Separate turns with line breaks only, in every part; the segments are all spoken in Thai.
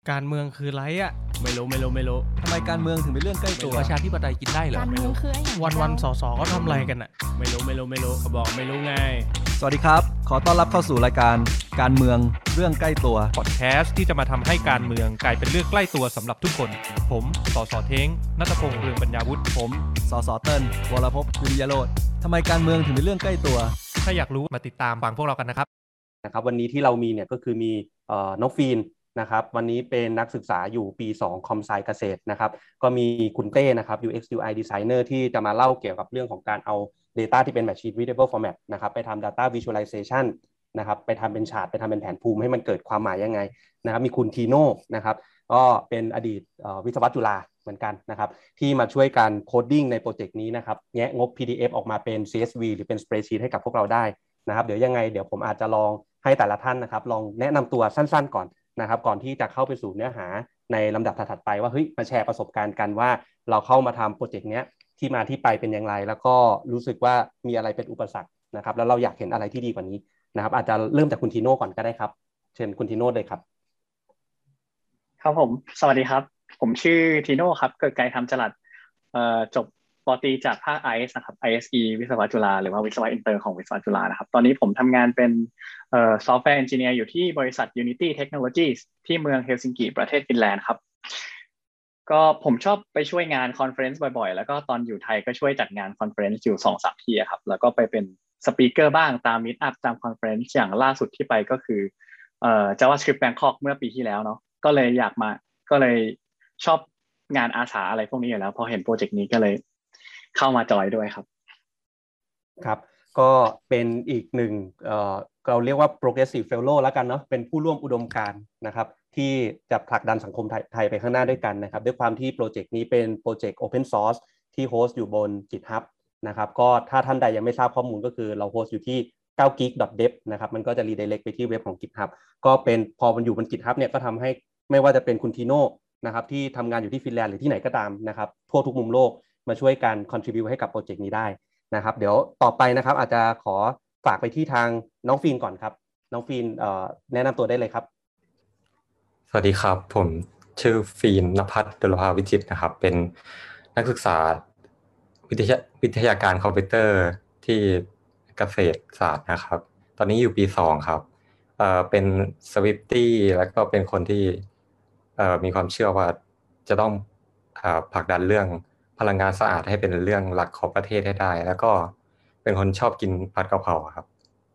การเมืองคือไรอ่ะไม่รู้
ทำไมการเมืองถึงเป็นเรื่องใกล้ตัว
ประชาธิปไตยกินได้เหรอ
การเมืองคือไอ้
วันสสเขาทำอะไรกันอ่ะไม่รู้เขาบอกไม่รู้ไง
สวัสดีครับขอต้อนรับเข้าสู่รายการการเมืองเรื่องใกล้ตัว
พอดแคสต์ที่จะมาทำให้การเมืองกลายเป็นเรื่องใกล้ตัวสำหรับทุกคนผมสสเท้งณัฐพงษ์เรืองปัญญาวุฒิ
ผมสสเติ้ลวรภพวิริยโรจน์ทำไมการเมืองถึงเป็นเรื่องใกล้ตัว
ถ้าอยากรู้มาติดตามฟังพวกเรากันนะครับ
วันนี้ที่เรามีเนี่ยก็คือมีน้องฟีนนะครับวันนี้เป็นนักศึกษาอยู่ปี2คอมไซเกษตรนะครับก็มีคุณเต้นะครับ UX UI Designer ที่จะมาเล่าเกี่ยวกับเรื่องของการเอา Data ที่เป็น Machine Readable Format นะครับไปทำ Data Visualization นะครับไปทำเป็นชาร์ตไปทำเป็นแผนภูมิให้มันเกิดความหมายยังไงนะครับมีคุณทีโน่นะครับก็เป็นอดีตวิศวะจุฬาเหมือนกันนะครับที่มาช่วยการโคดดิ้งในโปรเจกต์นี้นะครับแงะงบ PDF ออกมาเป็น CSV หรือเป็น Spreadsheet ให้กับพวกเราได้นะครับเดี๋ยวยังไงเดี๋ยวผมอาจจะลองให้แต่ละท่านนะครับลองแนะนำตัวสั้นๆก่อนนะครับก่อนที่จะเข้าไปสู่เนื้อหาในลำดับถัดๆไปว่าเฮ้ยมาแชร์ประสบการณ์กันว่าเราเข้ามาทำโปรเจกต์เนี้ยที่มาที่ไปเป็นอย่างไรแล้วก็รู้สึกว่ามีอะไรเป็นอุปสรรคนะครับแล้วเราอยากเห็นอะไรที่ดีกว่านี้นะครับอาจจะเริ่มจากคุณทีโน่ก่อนก็ได้ครับเชิญคุณทีโน่เลยครับ
ครับผมสวัสดีครับผมชื่อทีโน่ครับเกิดไกรทำจรัสจบปตรีจากภาค IS นะครับ ISE วิศวะจุฬาหรือว่าวิศวะอินเตอร์ของวิศวะจุฬานะครับตอนนี้ผมทำงานเป็นซอฟต์แวร์เอนจิเนียร์อยู่ที่บริษัท Unity Technologies ที่เมืองเฮลซิงกิประเทศฟินแลนด์ครับก็ผมชอบไปช่วยงานคอนเฟอเรนซ์บ่อยๆแล้วก็ตอนอยู่ไทยก็ช่วยจัดงานคอนเฟอเรนซ์อยู่ 2-3 ที่ครับแล้วก็ไปเป็นสปีกเกอร์บ้างตามมีตอัพตามคอนเฟอเรนซ์อย่างล่าสุดที่ไปก็คือJavaScript Bangkok เมื่อปีที่แล้วเนาะก็เลยชอบงานอาสาอะไรพวกนี้อยู่แล้วพอเห็นโปรเจกต์นี้ก็เลยเข้ามาจอยด้วยครับ
ครับก็เป็นอีกหนึ่งเราเรียกว่า progressive fellow แล้วกันเนาะเป็นผู้ร่วมอุดมการณ์นะครับที่จะผลักดันสังคมไทยไปข้างหน้าด้วยกันนะครับด้วยความที่โปรเจกต์นี้เป็นโปรเจกต์ open source ที่โฮสต์อยู่บน GitHub นะครับก็ถ้าท่านใดยังไม่ทราบข้อมูลก็คือเราโฮสต์อยู่ที่ 9geek.dev นะครับมันก็จะ redirect ไปที่เว็บของ GitHub ก็เป็นพอมันอยู่บน GitHub เนี่ยก็ทำให้ไม่ว่าจะเป็นคุณทีโน่นะครับที่ทำงานอยู่ที่ฟินแลนด์หรือที่ไหนก็ตามนะครับทั่วทุกมุมโลกมาช่วยกัน contribute ให้กับโปรเจกต์นี้ได้นะครับเดี๋ยวต่อไปนะครับอาจจะขอฝากไปที่ทางน้องฟีนก่อนครับน้องฟีนแนะนำตัวได้เลยครับ
สวัสดีครับผมชื่อฟีนณภัทร ดลภาวิจิตรนะครับเป็นนักศึกษาวิทยาการคอมพิวเตอร์ที่เกษตรศาสตร์นะครับตอนนี้อยู่ปี2ครับเป็นสวิฟตี้แล้วก็เป็นคนที่มีความเชื่อว่าจะต้องผลักดันเรื่องพลังงานสะอาดให้เป็นเรื่องหลักของประเทศให้ได้แล้วก็เป็นคนชอบกินผัดกะเพราครับ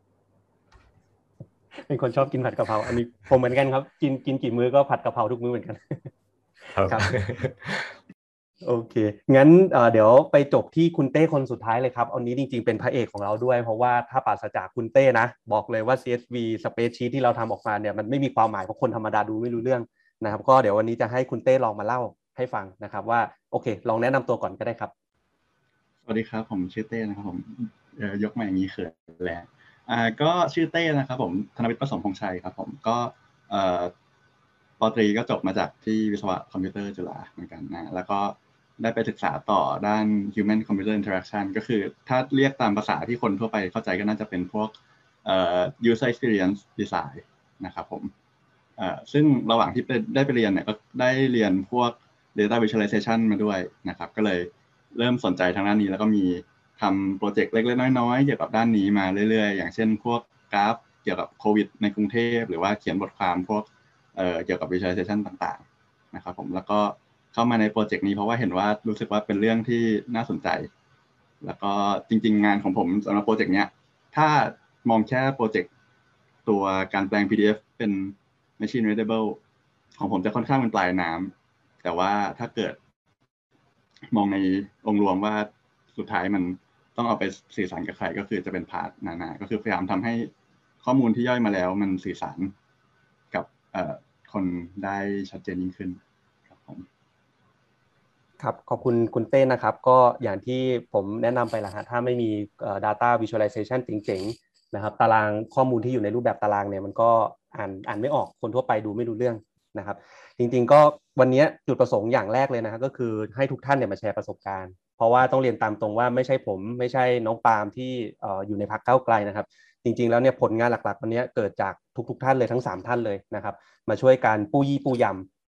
เป็นคนชอบกินผัดกะเพราอันนี้ผมเหมือนกันครับกินกี่มื้อก็ผัดกะเพราทุกมื้อเหมือนกันครับโอเคงั้นเดี๋ยวไปจบที่คุณเต้คนสุดท้ายเลยครับอันนี้จริงๆเป็นพระเอกของเราด้วยเพราะว่าถ้าปราศจากคุณเต้นะบอกเลยว่า CSV Spreadsheet ที่เราทำออกมาเนี่ยมันไม่มีความหมายเพราะคนธรรมดาดูไม่รู้เรื่องนะครับก็เดี๋ยววันนี้จะให้คุณเต้ลองมาเล่าให้ฟังนะครับว่าโอเคลองแนะนำตัวก่อนก็ได้ครับ
สวัสดีครับผมชื่อเต้นะครับผมยกมาอย่างนี้เขินแล้วก็ชื่อเต้นะครับผมธนวิทย์ประสมพงษ์ชัยครับผมก็ปตรีก็จบมาจากที่วิศวะคอมพิวเตอร์จุฬาเหมือนกันนะแล้วก็ได้ไปศึกษาต่อด้าน Human Computer Interaction ก็คือถ้าเรียกตามภาษาที่คนทั่วไปเข้าใจก็น่าจะเป็นพวกUser Experience Design นะครับผมซึ่งระหว่างที่ได้ไปเรียนเนี่ยก็ได้เรียนพวก Data Visualization มาด้วยนะครับก็เลยเริ่มสนใจทางด้านนี้แล้วก็มีทำโปรเจกต์เล็กๆน้อยๆเกี่ยวกับด้านนี้มาเรื่อยๆอย่างเช่นพวกกราฟเกี่ยวกับโควิดในกรุงเทพหรือว่าเขียนบทความพวกเกี่ยวกับ visualization ต่างๆนะครับผมแล้วก็เข้ามาในโปรเจกต์นี้เพราะว่าเห็นว่ารู้สึกว่าเป็นเรื่องที่น่าสนใจแล้วก็จริงๆงานของผมสำหรับโปรเจกต์เนี้ยถ้ามองแค่โปรเจกต์ตัวการแปลง PDF เป็น machine readable ของผมจะค่อนข้างเป็นปลายน้ำแต่ว่าถ้าเกิดมองในองค์รวมว่าสุดท้ายมันต้องเอาไปสื่อสารกับใครก็คือจะเป็นพาร์ทหนาๆก็คือพยายามทำให้ข้อมูลที่ย่อยมาแล้วมันสื่อสารกับคนได้ชัดเจนยิ่งขึ้นครับผม
ครับขอบคุณคุณเต้นะครับก็อย่างที่ผมแนะนำไปแล้วฮะถ้าไม่มีdata visualization เจ๋งๆนะครับตารางข้อมูลที่อยู่ในรูปแบบตารางเนี่ยมันก็อ่านไม่ออกคนทั่วไปดูไม่รู้เรื่องนะครับจริงๆก็วันนี้จุดประสงค์อย่างแรกเลยนะครับก็คือให้ทุกท่านเนี่ยมาแชร์ประสบการณ์เพราะว่าต้องเรียนตามตรงว่าไม่ใช่ผมไม่ใช่น้องปาล์มที่อยู่ในพรรคก้าวไกลนะครับจริงๆแล้วเนี่ยผลงานหลักๆวันนี้เกิดจากทุกท่านเลยทั้ง3ท่านเลยนะครับมาช่วยกันปู้ยี่ปู้ยำ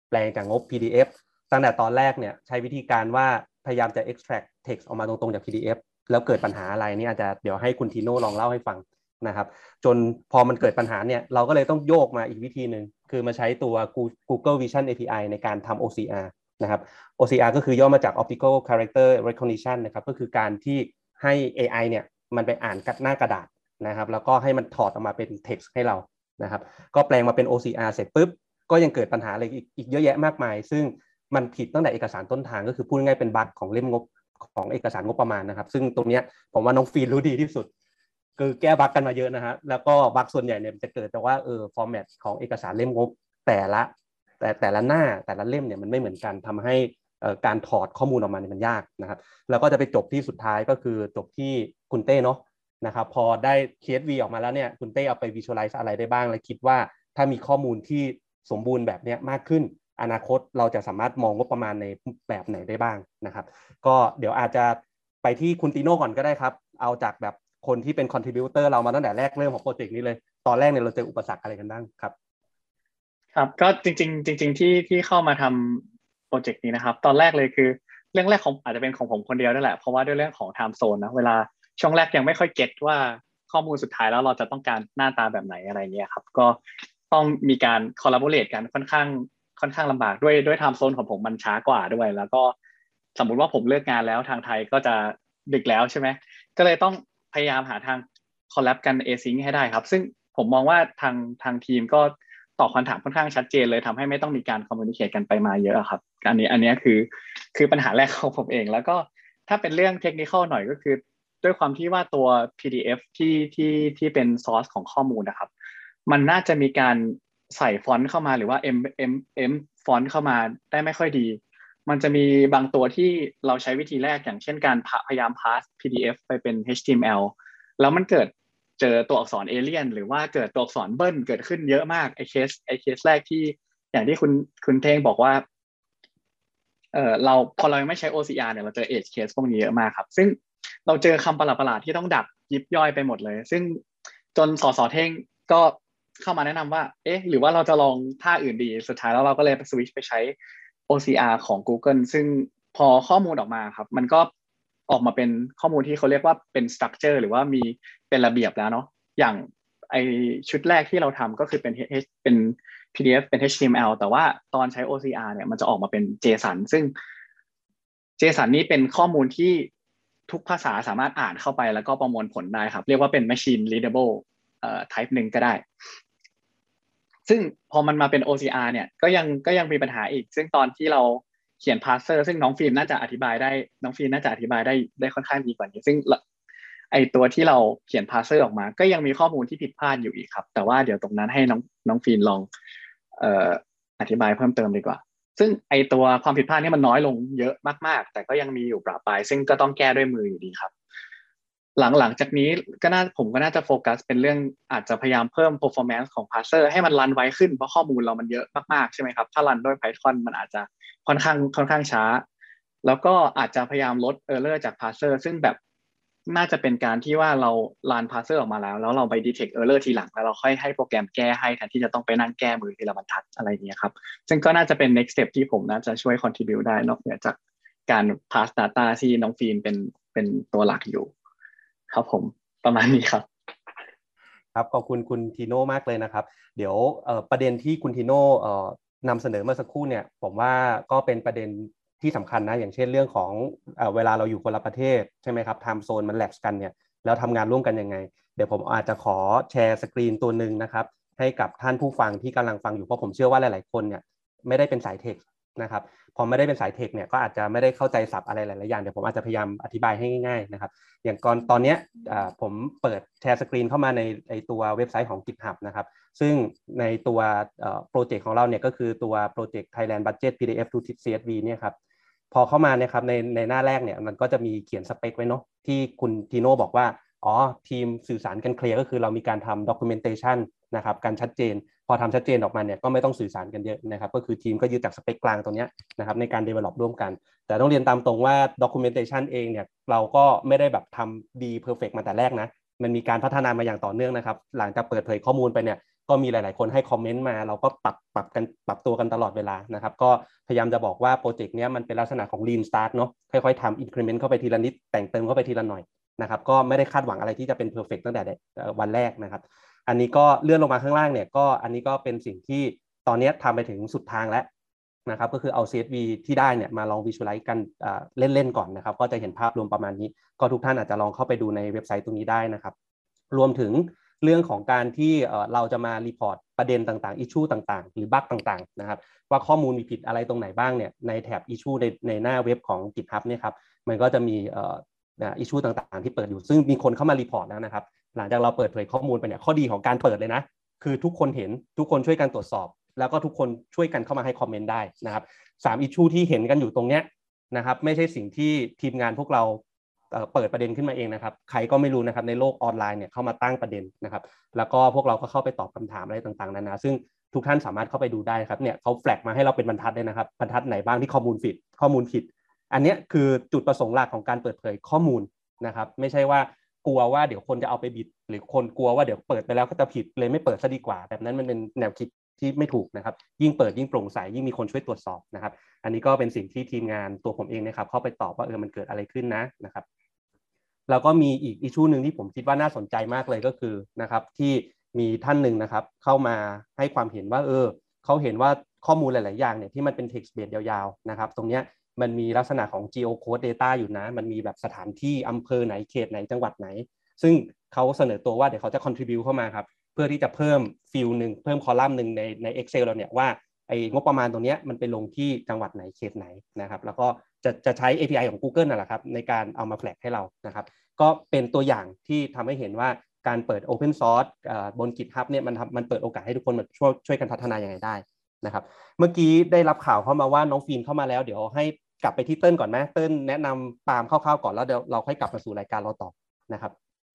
แปลงจากงบ PDF ตั้งแต่ตอนแรกเนี่ยใช้วิธีการว่าพยายามจะ extract text ออกมาตรงๆจาก PDF แล้วเกิดปัญหาอะไรนี่อาจจะเดี๋ยวให้คุณทีโน่ลองเล่าให้ฟังนะครับจนพอมันเกิดปัญหาเนี่ยเราก็เลยต้องโยกมาอีกวิธีหนึ่งคือมาใช้ตัว Google Vision API ในการทำ OCR นะครับ OCR ก็คือย่อมาจาก Optical Character Recognition นะครับก็คือการที่ให้ AI เนี่ยมันไปอ่านหน้ากระดาษนะครับแล้วก็ให้มันถอดออกมาเป็น text ให้เรานะครับก็แปลงมาเป็น OCR เสร็จปุ๊บก็ยังเกิดปัญหาอะไรอีกเยอะแยะมากมายซึ่งมันผิดตั้งแต่เอกสารต้นทางก็คือพูดง่ายๆเป็นบั๊กของเล่มงบของเอกสารงบประมาณนะครับซึ่งตรงนี้ผมว่าน้องฟีนรู้ดีที่สุดคือแก้บั๊กกันมาเยอะนะฮะแล้วก็บั๊กส่วนใหญ่เนี่ยจะเกิดจากว่าฟอร์แมตของเอกสารเล่มงบแต่ละหน้าแต่ละเล่มเนี่ยมันไม่เหมือนกันทำให้การถอดข้อมูลออกมาเนี่ยมันยากนะครับแล้วก็จะไปจบที่สุดท้ายก็คือจบที่คุณเต้เนาะนะครับพอได้ CSV ออกมาแล้วเนี่ยคุณเต้เอาไป visualize อะไรได้บ้างและคิดว่าถ้ามีข้อมูลที่สมบูรณ์แบบนี้มากขึ้นอนาคตเราจะสามารถมองงบประมาณในแบบไหนได้บ้างนะครับก็เดี๋ยวอาจจะไปที่คุณติโน่ก่อนก็ได้ครับเอาจากแบบคนที่เป็น contributor เรามาตั้งแต่แรกเริ่มของโปรเจกต์นี้เลยตอนแรกเนี่ยเราเจออุปสรรคอะไรกันบ้างครับ
ครับก็จริงที่เข้ามาทำโปรเจกต์นี้นะครับตอนแรกเลยคือเรื่องแรกของอาจจะเป็นของผมคนเดียวนั่นแหละเพราะว่าด้วยเรื่องของ time zone นะเวลาช่วงแรกยังไม่ค่อยเก็ตว่าข้อมูลสุดท้ายแล้วเราจะต้องการหน้าตาแบบไหนอะไรเงี้ยครับก็ต้องมีการ collaborate กันค่อนข้างลำบากด้วย time zone ของผมมันช้ากว่าด้วยแล้วก็สมมุติว่าผมเลิกงานแล้วทางไทยก็จะดึกแล้วใช่ไหมก็เลยต้องพยายามหาทาง collab กัน async ให้ได้ครับซึ่งผมมองว่าทางทีมก็ตอบคำถามค่อนข้างชัดเจนเลยทำให้ไม่ต้องมีการ communicate กันไปมาเยอะครับอันนี้คือปัญหาแรกของผมเองแล้วก็ถ้าเป็นเรื่องเทคนิคหน่อยก็คือด้วยความที่ว่าตัว PDF ที่เป็น source ของข้อมูลนะครับมันน่าจะมีการใส่ฟอนต์เข้ามาหรือว่า M ฟอนต์เข้ามาได้ไม่ค่อยดีมันจะมีบางตัวที่เราใช้วิธีแรกอย่างเช่นการพยายาม pass PDF ไปเป็น HTML แล้วมันเกิดเจอตัวอักษรเอเลี่ยนหรือว่าเกิดตัวอักษรเบิ้ลเกิดขึ้นเยอะมากไอ้เคสแรกที่อย่างที่คุณเท่งบอกว่าพอเราไม่ใช้ OCR เนี่ยเราเจอ edge case พวกนี้เยอะมากครับซึ่งเราเจอคำประหลาดๆที่ต้องดักยิบย่อยไปหมดเลยซึ่งจนสสเท่งก็เข้ามาแนะนำว่าหรือว่าเราจะลองท่าอื่นดีสุดท้ายแล้วเราก็เลยสวิตช์ไปใช้ OCR ของ Google ซึ่งพอข้อมูลออกมาครับมันก็ออกมาเป็นข้อมูลที่เขาเรียกว่าเป็น structure หรือว่ามีเป็นระเบียบแล้วเนาะอย่างไอชุดแรกที่เราทำก็คือเป็น PDF เป็น HTML แต่ว่าตอนใช้ OCR เนี่ยมันจะออกมาเป็น JSON ซึ่ง JSON นี้เป็นข้อมูลที่ทุกภาษาสามารถอ่านเข้าไปแล้วก็ประมวลผลได้ครับเรียกว่าเป็น machine readable type หนึ่งก็ได้ซึ่งพอมันมาเป็น OCR เนี่ยก็ยังมีปัญหาอีกซึ่งตอนที่เราเขียน parser ซึ่งน้องฟิล์มน่าจะอธิบายได้ค่อนข้างดีกว่านี้ซึ่งไอตัวที่เราเขียน parser ออกมาก็ยังมีข้อมูลที่ผิดพลาดอยู่อีกครับแต่ว่าเดี๋ยวตรงนั้นให้น้องฟิล์มลองอธิบายเพิ่มเติมดีกว่าซึ่งไอตัวความผิดพลาดนี่มันน้อยลงเยอะมากๆแต่ก็ยังมีอยู่ปราบปรายซึ่งก็ต้องแก้ด้วยมืออยู่ดีครับหลังจากนี้ผมก็น่าจะโฟกัสเป็นเรื่องอาจจะพยายามเพิ่ม performance ของ parser ให้มันรันไวขึ้นเพราะข้อมูลเรามันเยอะมากๆใช่ไหมครับถ้ารันด้วย Python มันอาจจะค่อนข้างช้าแล้วก็อาจจะพยายามลด error จาก parser ซึ่งแบบน่าจะเป็นการที่ว่าเรารัน parser ออกมาแล้วเราไป detect error ทีหลังแล้วเราค่อยให้โปรแกรมแก้ให้แทนที่จะต้องไปนั่งแก้มือทีละบรรทัดอะไรอย่างเงี้ยครับซึ่งก็น่าจะเป็น next step ที่ผมน่าจะช่วย contribute ได้นอกเหนือจากการ pass data ที่น้องฟิล์มเป็นตัวหลักอยู่ครับผมประมาณนี้ครับ
ครับขอบคุณคุณทีโน่มากเลยนะครับเดี๋ยวประเด็นที่คุณทีโน่นำเสนอเมื่อสักครู่เนี่ยผมว่าก็เป็นประเด็นที่สำคัญนะอย่างเช่นเรื่องของเวลาเราอยู่คนละประเทศใช่ไหมครับไทม์โซนมันแลกกันเนี่ยแล้วทำงานร่วมกันยังไงเดี๋ยวผมอาจจะขอแชร์สกรีนตัวหนึ่งนะครับให้กับท่านผู้ฟังที่กำลังฟังอยู่เพราะผมเชื่อว่าหลายๆคนเนี่ยไม่ได้เป็นสายเทคนะครับพอไม่ได้เป็นสายเทคเนี่ยก็อาจจะไม่ได้เข้าใจศัพท์อะไรหลายๆอย่างเดี๋ยวผมอาจจะพยายามอธิบายให้ง่ายๆนะครับอย่างตอนนี้ผมเปิดแชร์สกรีนเข้ามาในตัวเว็บไซต์ของ GitHub นะครับซึ่งในตัวโปรเจกต์ของเราเนี่ยก็คือตัวโปรเจกต์ Thailand Budget PDF to CSV เนี่ยครับพอเข้ามาเนี่ยครับในหน้าแรกเนี่ยมันก็จะมีเขียนสเปคไว้เนาะที่คุณทีโน่บอกว่าทีมสื่อสารกันเคลียร์ก็คือเรามีการทำ documentation นะครับการชัดเจนพอทำชัดเจนออกมาเนี่ยก็ไม่ต้องสื่อสารกันเยอะนะครับก็คือทีมก็ยึดจากสเปคกลางตรงนี้นะครับในการ develop ร่วมกันแต่ต้องเรียนตามตรงว่า documentation เองเนี่ยเราก็ไม่ได้แบบทำดี perfect มาแต่แรกนะมันมีการพัฒนามาอย่างต่อเนื่องนะครับหลังจากเปิดเผยข้อมูลไปเนี่ยก็มีหลายๆคนให้คอมเมนต์มาเราก็ปรับตัวกันตลอดเวลานะครับก็พยายามจะบอกว่าโปรเจกต์นี้มันเป็นลักษณะของ Lean Start เนาะค่อยๆทำ increment เข้าไปทีละนิดแต่งเติมเข้าไปทีละหน่อยนะครับก็ไม่ได้คาดหวังอะไรที่จะเป็น perfect ตั้งแต่วันแรกนะครับอันนี้ก็เลื่อนลงมาข้างล่างเนี่ยก็อันนี้ก็เป็นสิ่งที่ตอนนี้ทำไปถึงสุดทางแล้วนะครับก็คือเอา CSV ที่ได้เนี่ยมาลอง visualize กันเล่นๆก่อนนะครับก็จะเห็นภาพรวมประมาณนี้ก็ทุกท่านอาจจะลองเข้าไปดูในเว็บไซต์ตรงนี้ได้นะครับรวมถึงเรื่องของการที่เราจะมารีพอร์ตประเด็นต่างๆ issue ต่างๆหรือบั๊กต่างๆนะครับว่าข้อมูลมีผิดอะไรตรงไหนบ้างเนี่ยในแท็บ issue ในหน้าเว็บของ GitHub เนี่ยครับมันก็จะมีissue ต่างๆที่เปิดอยู่ซึ่งมีคนเข้ามารีพอร์ตแล้วนะครับหลังจากเราเปิดเผยข้อมูลไปเนี่ยข้อดีของการเปิดเลยนะคือทุกคนเห็นทุกคนช่วยกันตรวจสอบแล้วก็ทุกคนช่วยกันเข้ามาให้คอมเมนต์ได้นะครับ3 issue ที่เห็นกันอยู่ตรงเนี้ยนะครับไม่ใช่สิ่งที่ทีมงานพวกเราเปิดประเด็นขึ้นมาเองนะครับใครก็ไม่รู้นะครับในโลกออนไลน์เนี่ยเข้ามาตั้งประเด็นนะครับแล้วก็พวกเราก็เข้าไปตอบคำถามอะไรต่างๆนานาซึ่งทุกท่านสามารถเข้าไปดูได้ครับเนี่ยเขาแฟลกมาให้เราเป็นบรรทัดเลยนะครับบรรทัดไหนบ้างที่ข้อมูลผิดอันนี้คือจุดประสงค์หลักของการเปิดเผยข้อมูลนะครับไม่ใช่ว่ากลัวว่าเดี๋ยวคนจะเอาไปบิดหรือคนกลัวว่าเดี๋ยวเปิดไปแล้วก็จะผิดเลยไม่เปิดซะดีกว่าแบบนั้นมันเป็นแนวคิดที่ไม่ถูกนะครับยิ่งเปิดยิ่งโปร่งใสยิ่งมีคนช่วยตรวจสอบนะครับอันนี้ก็เป็นสิ่งที่ทีมงานตัวผมเองนะครับเข้าไปตอบว่ามันเกิดอะไรขึ้นนะครับแล้วก็มีอีกอิชชูนึงที่ผมคิดว่าน่าสนใจมากเลยก็คือนะครับที่มีท่านหนึ่งนะครับเข้ามาให้ความเห็นว่าเขาเห็นว่าข้อมูลหลายๆอย่างเนี่ยที่มันเป็น text based ยาวๆนะครับตรงเนี้ยมันมีลักษณะของ geocode data อยู่นะมันมีแบบสถานที่อำเภอไหนเขตไหนจังหวัดไหนซึ่งเขาเสนอตัวว่าเดี๋ยวเขาจะ contribute เข้ามาครับเพื่อที่จะเพิ่มฟิลหนึ่งเพิ่มคอลัมน์หนึ่งใน Excel เราเนี่ยว่าไอ้งบประมาณตรงนี้มันไปลงที่จังหวัดไหนเขตไหนนะครับแล้วก็จะใช้ API ของ Google นั่นแหละครับในการเอามาแฟลกให้เรานะครับก็เป็นตัวอย่างที่ทำให้เห็นว่าการเปิด Open Source บน GitHub เนี่ยมันเปิดโอกาสให้ทุกคนมาช่วยกันพัฒนาอย่างไรได้นะครับเมื่อกี้ได้รับข่าวเข้ามาว่าน้องฟีนเข้ามาแล้วเดี๋ยวให้กลับไปที่เติ้ลก่อนไหมเติ้ลแนะนำปาล์มคร่าวๆก่อนแล้วเดี๋ยวเราค่อยกลับมาสู่รายการเราต่อนะครับ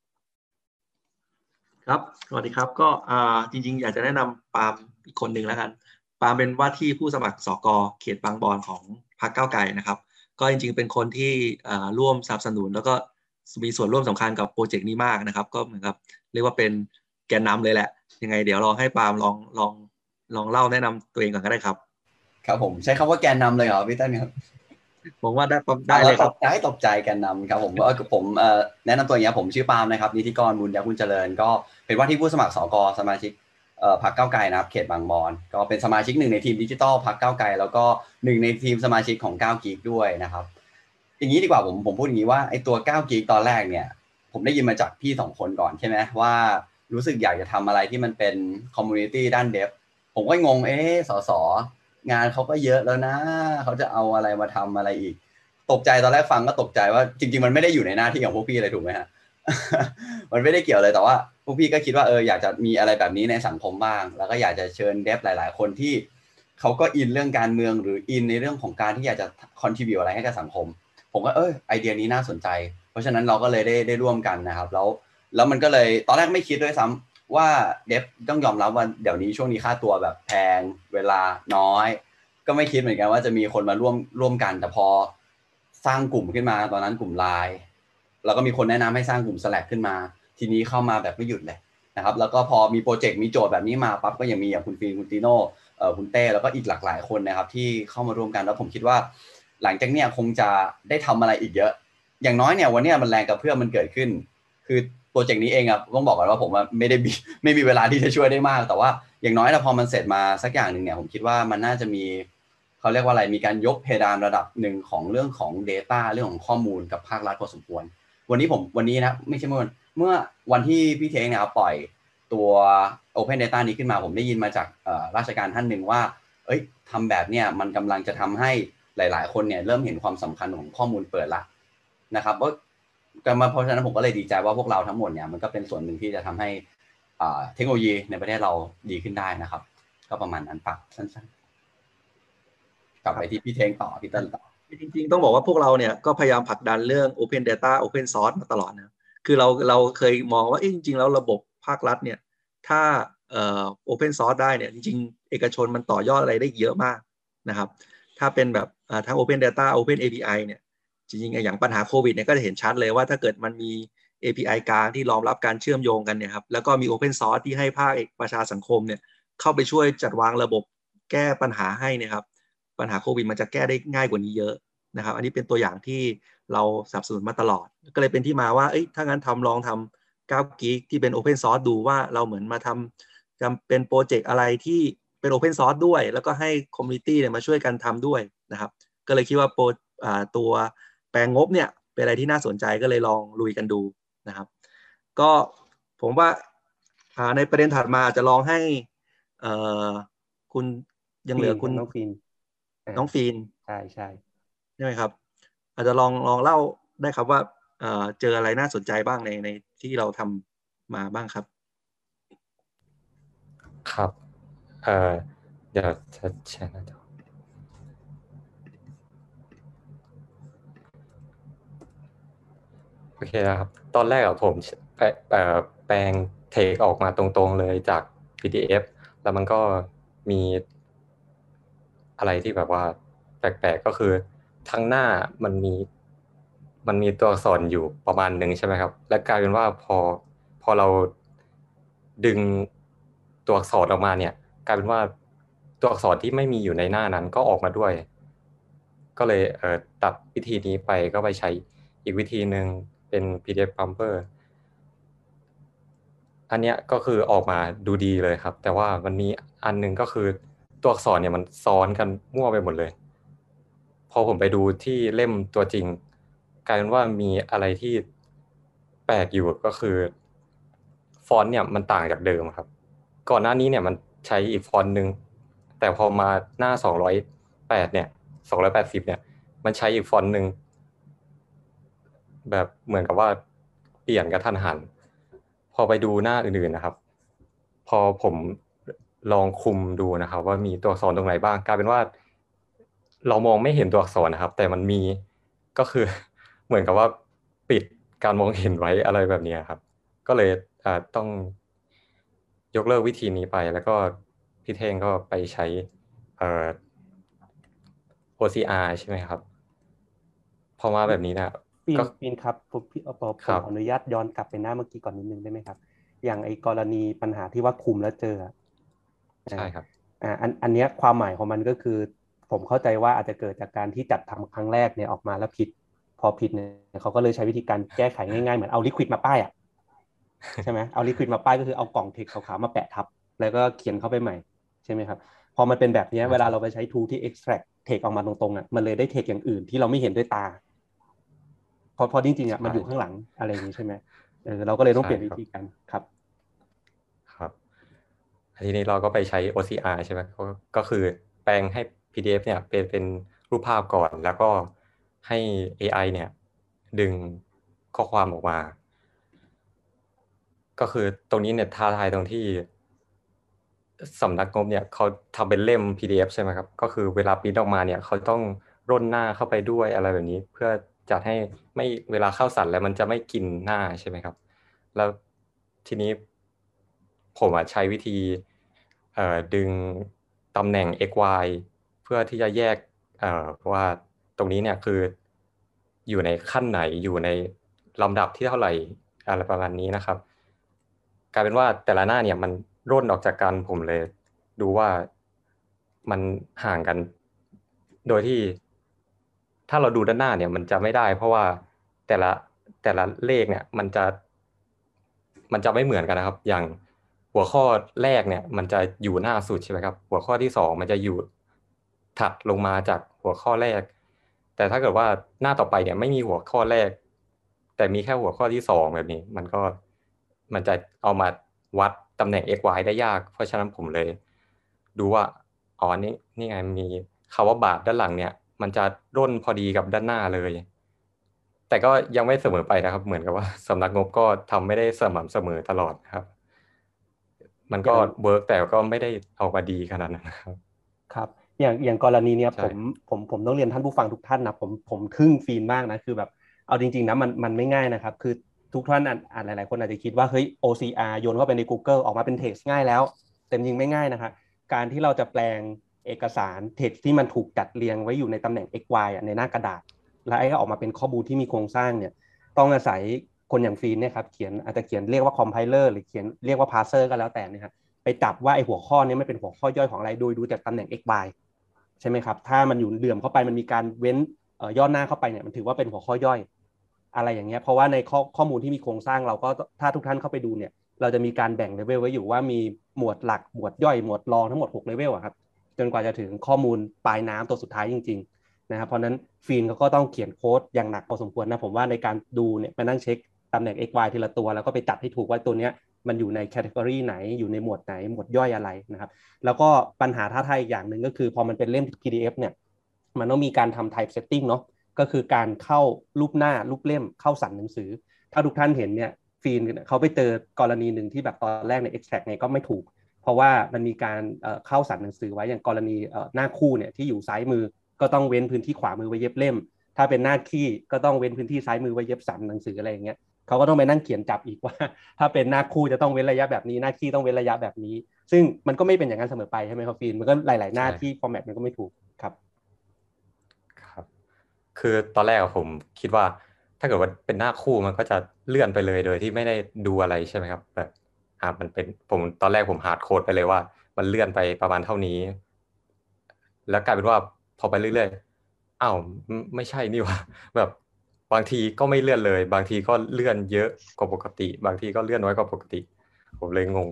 ครับสวัสดีครับก็จริงๆอยากจะแนะนำปาล์มอีกคนหนึ่งแล้วกันปาล์มเป็นว่าที่ผู้สมัครสก.เขตบางบอนของพรรคก้าวไกลนะครับก็จริงๆเป็นคนที่ร่วมสนับสนุนแล้วก็มีส่วนร่วมสำคัญกับโปรเจกต์นี้มากนะครับก็เหมือนกับเรียกว่าเป็นแกนนำเลยแหละยังไงเดี๋ยวลองให้ปาล์มลองเล่าแนะนำตัวเองก่อนก็ได้ครับ
ครับผมใช้คำว่าแกนนำเลยเหรอพี่ต้นครับ
ผมว่าได้เลยครับ
ตกใจแกนนำครับผมแนะนำตัวอย่างนี้ผมชื่อปาล์มนะครับนิติกรบุญยคุณเจริญก็เป็นว่าที่ผู้สมัครสก.สมาชิกพรรคก้าวไกลนะครับเขตบางบอนก็เป็นสมาชิกหนึ่งในทีมดิจิทัลพรรคก้าวไกลแล้วก็หนึ่งในทีมสมาชิกของ9 Geek ด้วยนะครับอย่างนี้ดีกว่าผมพูดอย่างนี้ว่าไอ้ตัว9 Geek ตอนแรกเนี่ยผมได้ยินมาจากพี่2คนก่อนใช่ไหมว่ารู้สึกอยากจะทำอะไรที่มันเป็นคอมมูนิตี้ด้านเดฟผมก็งงสงานเขาก็เยอะแล้วนะเขาจะเอาอะไรมาทำอะไรอีกตกใจตอนแรกฟังก็ตกใจว่าจริงๆมันไม่ได้อยู่ในหน้าที่ของพวกพี่เลยถูกไหมฮะ มันไม่ได้เกี่ยวเลยแต่ว่าพวกพี่ก็คิดว่าอยากจะมีอะไรแบบนี้ในสังคมบ้างแล้วก็อยากจะเชิญเดฟหลายๆคนที่เขาก็อินเรื่องการเมืองหรืออินในเรื่องของการที่อยากจะคอนทริบิวอะไรให้กับสังคมผมก็ไอเดียนี้น่าสนใจเพราะฉะนั้นเราก็เลยได้ร่วมกันนะครับแล้วมันก็เลยตอนแรกไม่คิดด้วยซ้ำว่าเดฟต้องยอมรับว่าเดี๋ยวนี้ช่วงนี้ค่าตัวแบบแพงเวลาน้อยก็ไม่คิดเหมือนกันว่าจะมีคนมาร่วมกันแต่พอสร้างกลุ่มขึ้นมาตอนนั้นกลุ่ม LINE แล้วก็มีคนแนะนำให้สร้างกลุ่ม Slack ขึ้นมาทีนี้เข้ามาแบบไม่หยุดเลยนะครับแล้วก็พอมีโปรเจกต์มีโจทย์แบบนี้มาปั๊บก็ยังมีอย่างคุณฟีนคุณติโน่คุณเต้แล้วก็อีกหลากหลายคนนะครับที่เข้ามาร่วมกันแล้วผมคิดว่าหลังจากเนี้ยคงจะได้ทำอะไรอีกเยอะอย่างน้อยเนี่ยวันนี้มันแรงกระเพื่อมมันเกิดขึ้นคือโปรเจกต์นี้เองต้องบอกก่อนว่าผมไม่มีเวลาที่จะช่วยได้มากแต่ว่าอย่างน้อยพอมันเสร็จมาสักอย่างนึงเนี่ยผมคิดว่ามันน่าจะมีเขาเรียกว่าอะไรมีการยกเพดานระดับหนึ่งของเรื่องของ data เรื่องของข้อมูลกับภาครัฐพอสมควรวันนี้นะไม่ใช่เมื่อวันที่พี่เท้งเนี่ยปล่อยตัว Open Data นี้ขึ้นมาผมได้ยินมาจากราชการท่านหนึ่งว่าทำแบบเนี้ยมันกำลังจะทำให้หลายๆคนเนี่ยเริ่มเห็นความสำคัญของข้อมูลเปิดละนะครับเพราะฉะนั้นผมก็เลยดีใจว่าพวกเราทั้งหมดเนี่ยมันก็เป็นส่วนหนึ่งที่จะทำให้เทคโนโลยีในประเทศเราดีขึ้นได้นะครับก็ประมาณนั้นปะสั้นๆกลับไปที่พี่เท้งต่อพี่เติ้ลต่อ
จริงๆต้องบอกว่าพวกเราเนี่ยก็พยายามผลักดันเรื่อง Open Data Open Source มาตลอดนะคือเราเคยมองว่าจริงๆแล้วระบบภาครัฐเนี่ยถ้าOpen Source ได้เนี่ยจริงๆเอกชนมันต่อยอดอะไรได้เยอะมากนะครับถ้าเป็นแบบทั้ง Open Data Open API เนี่ยจริงๆอย่างปัญหาโควิดเนี่ยก็จะเห็นชัดเลยว่าถ้าเกิดมันมี API กลางที่รองรับการเชื่อมโยงกันเนี่ยครับแล้วก็มี Open Source ที่ให้ภาคประชาสังคมเนี่ยเข้าไปช่วยจัดวางระบบแก้ปัญหาให้นะครับปัญหาโควิดมันจะแก้ได้ง่ายกว่านี้เยอะนะครับอันนี้เป็นตัวอย่างที่เราสนับสนุนมาตลอดก็เลยเป็นที่มาว่าถ้างั้นลองทำ9 Geek ที่เป็น Open Source ดูว่าเราเหมือนมาทำจะเป็นโปรเจกต์อะไรที่เป็น Open Source ด้วยแล้วก็ให้ Community เนี่ยมาช่วยกันทำด้วยนะครับก็เลยคิดว่าตัวแปลงงบเนี่ยเป็นอะไรที่น่าสนใจก็เลยลองลุยกันดูนะครับก็ผมว่าในประเด็นถัดมาจะลองให้คุณยังเหลือคุณ
น้องฟีนใช่
ใช่ไหมครับอาจจะลองเล่าได้ครับว่าเจออะไรน่าสนใจบ้างในที่เราทำมาบ้างครับ
ครับเดี๋ยวจะแชร์หน้าจอโอเคนะครับตอนแรกผมแปลงเทคออกมาตรงๆเลยจาก PDF แล้วมันก็มีอะไรที่แบบว่าแปลกๆก็คือทั้งหน้ามันมีตัวอักษรอยู่ประมาณหนึ่งใช่ไหมครับและกลายเป็นว่าพอเราดึงตัวอักษรออกมาเนี่ยกลายเป็นว่าตัวอักษรที่ไม่มีอยู่ในหน้านั้นก็ออกมาด้วยก็เลยตัดวิธีนี้ไปก็ไปใช้อีกวิธีหนึ่งเป็น PDF Bumper อันเนี้ยก็คือออกมาดูดีเลยครับแต่ว่ามันมีอันนึงก็คือตัวอักษรเนี่ยมันซ้อนกันมั่วไปหมดเลยพอผมไปดูที่เล่มตัวจริงกลายเป็นว่ามีอะไรที่แปลกอยู่ก็คือฟอนต์เนี่ยมันต่างจากเดิมครับก่อนหน้านี้เนี่ยมันใช้อีกฟอนต์นึงแต่พอมาหน้า208เนี่ย280เนี่ยมันใช้อีกฟอนต์นึงแบบเหมือนกับว่าเปลี่ยนกระทันหันพอไปดูหน้าอื่นๆนะครับพอผมลองคุมดูนะครับว่ามีตัวอักษรตรงไหนบ้างกลายเป็นว่าเรามองไม่เห็นตัวอักษรนะครับแต่มันมีก็คือเหมือนกับว่าปิดการมองเห็นไว้อะไรแบบนี้ครับก็เลยต้องยกเลิกวิธีนี้ไปแล้วก็พี่เท่งก็ไปใช้OCR ใช่ไหมครับพอมาแบบนี้นะ
ปีนครับผมขออนุญาตย้อนกลับไปหน้าเมื่อกี้ก่อนนิดนึงได้ไหมครับอย่างไอ้กรณีปัญหาที่ว่าคุมแล้วเจอ
ใช่ครับ
อันเนี้ยความหมายของมันก็คือผมเข้าใจว่าอาจจะเกิดจากการที่จัดทำครั้งแรกเนี่ยออกมาแล้วผิดพอผิดเนี่ยเขาก็เลยใช้วิธีการแก้ไขง่ายๆเหมือนเอาลิควิดมาป้ายอ่ะใช่ไหมเอาลิควิดมาป้ายก็คือเอากล่องเทคขาวๆมาแปะทับแล้วก็เขียนเข้าไปใหม่ใช่ไหมครับพอมันเป็นแบบนี้เวลาเราไปใช้ tool ที่ extract เทคออกมาตรงๆอ่ะมันเลยได้เทคอย่างอื่นที่เราไม่เห็นด้วยตาพอจริงๆอ่ะมันอยู่ข้างหลังอะไรอย่างนี้ใช่ไหมเราก็เลยต้องเปลี่ยนวิธีการครับ
ทีนี้เราก็ไปใช้ OCR ใช่ไหมก็คือแปลงให้ PDF เนี่ยเป็นรูปภาพก่อนแล้วก็ให้ AI เนี่ยดึงข้อความออกมาก็คือตรงนี้เนี่ยท้าทายตรงที่สำนักงบเนี่ยเขาทำเป็นเล่ม PDF ใช่ไหมครับก็คือเวลาปริ้นออกมาเนี่ยเขาต้องร่นหน้าเข้าไปด้วยอะไรแบบนี้เพื่อจัดให้ไม่เวลาเข้าสั่นแล้วมันจะไม่กินหน้าใช่ไหมครับแล้วทีนี้ผมใช้วิธีดึงตำแหน่ง XY เพื่อที่จะแยกว่าตรงนี้เนี่ยคืออยู่ในขั้นไหนอยู่ในลำดับที่เท่าไหร่อะไรประมาณนี้นะครับกลายเป็นว่าแต่ละหน้าเนี่ยมันร่นออกจากกันผมเลยดูว่ามันห่างกันโดยที่ถ้าเราดูด้านหน้าเนี่ยมันจะไม่ได้เพราะว่าแต่ละเลขเนี่ยมันจะไม่เหมือนกันนะครับอย่างหัวข้อแรกเนี่ยมันจะอยู่หน้าสุดใช่ไหมครับหัวข้อที่2มันจะอยู่ถัดลงมาจากหัวข้อแรกแต่ถ้าเกิดว่าหน้าต่อไปเนี่ยไม่มีหัวข้อแรกแต่มีแค่หัวข้อที่2แบบนี้มันจะเอามาวัดตำแหน่ง XY ได้ยากเพราะฉะนั้นผมเลยดูว่าอ๋อนี่ไงมีคำว่าบาทด้านหลังเนี่ยมันจะร่นพอดีกับด้านหน้าเลยแต่ก็ยังไม่เสมอไปนะครับเหมือนกับว่าสำนักงบก็ทำไม่ได้สม่ำเสมอตลอดครับมันก็เวิร์กแต่ก็ไม่ได้ออกมาดีขนาดนั้น
ครับอย่างกรณีเนี้ยผมต้องเรียนท่านผู้ฟังทุกท่านนะผมทึ่งฟีนมากนะคือแบบเอาจริงๆนะมันไม่ง่ายนะครับคือทุกท่านหลายๆคนอาจจะคิดว่าเฮ้ย OCR โยนเข้าไปใน Google ออกมาเป็น text ง่ายแล้วแต่จริงไม่ง่ายนะครับการที่เราจะแปลงเอกสาร text ที่มันถูกจัดเรียงไว้อยู่ในตำแหน่ง XY ในหน้ากระดาษแล้วไอ้ก็ออกมาเป็นข้อมูลที่มีโครงสร้างเนี่ยต้องอาศัยคนอย่างฟีนเนี่ยครับอาจจะเขียนเรียกว่าคอมไพเลอร์หรือเขียนเรียกว่าพาร์เซอร์ก็แล้วแต่นะครับไปจับว่าไอ้หัวข้อนี้มันเป็นหัวข้อย่อยของอะไรโดยดูจากตำแหน่ง x y ใช่ไหมครับถ้ามันอยู่เหลื่อมเข้าไปมันมีการเว้นย่อหน้าเข้าไปเนี่ยมันถือว่าเป็นหัวข้อย่อยอะไรอย่างเงี้ยเพราะว่าในข้อมูลที่มีโครงสร้างเราก็ถ้าทุกท่านเข้าไปดูเนี่ยเราจะมีการแบ่งเลเวลไว้อยู่ว่ามีหมวดหลักหมวดย่อยหมวดรองทั้งหมด6เลเวลอะครับจนกว่าจะถึงข้อมูลปลายน้ำตัวสุดท้ายจริงๆนะครับเพราะนั้นฟีนเขาก็ต้องเขียนโค้ดอย่างหนักพอสมควรนะผมว่าในการดูเนี่ยมานั่งเช็คตำแหน่ง x y ทีละตัวแล้วก็ไปจัดให้ถูกว่าตัวเนี้ยมันอยู่ในแคตตากรีไหนอยู่ในหมวดไหนหมวดย่อยอะไรนะครับแล้วก็ปัญหาท้าทายอีกอย่างหนึ่งก็คือพอมันเป็นเล่ม PDF เนี่ยมันต้องมีการทำ type setting เนาะก็คือการเข้ารูปหน้ารูปเล่มเข้าสันหนังสือถ้าทุกท่านเห็นเนี่ยฟีนเขาไปเจอกรณีหนึ่งที่แบบตอนแรกใน extract เนี่ยก็ไม่ถูกเพราะว่ามันมีการเข้าสันหนังสือไว้อย่างกรณีหน้าคู่เนี่ยที่อยู่ซ้ายมือก็ต้องเว้นพื้นที่ขวามือไว้เย็บเล่มถ้าเป็นหน้าขี้ก็ต้องเว้นพื้นที่ซ้ายมือไว้เย็บสันหนังสืออะไรอย่างเงี้ยเขาก็ต้องไปนั่งเขียนจับอีกว่าถ้าเป็นหน้าคู่จะต้องเว้นระยะแบบนี้หน้าขี้ต้องเว้นระยะแบบนี้ซึ่งมันก็ไม่เป็นอย่างนั้นเสมอไปใช่ไหมครับฟีนมันก็หลายๆหน้าที่ format มันก็ไม่ถูกครับ
คือตอนแรกผมคิดว่าถ้าเกิดว่าเป็นหน้าคู่มันก็จะเลื่อนไปเลยโดยที่ไม่ได้ดูอะไรใช่ไหมครับแบบมันเป็นตอนแรกผมหาร์ดโค้ดไปเลยว่ามันเลื่อนไปประมาณเท่านี้แล้วกลายเป็นว่าพอไปเรื่อยๆอ้าวไม่ใช่นี่ว่าแบบบางทีก็ไม่เลื่อนเลยบางทีก็เลื่อนเยอะกว่าปกติบางทีก็เลื่อนน้อยกว่าปกติผมเลยงง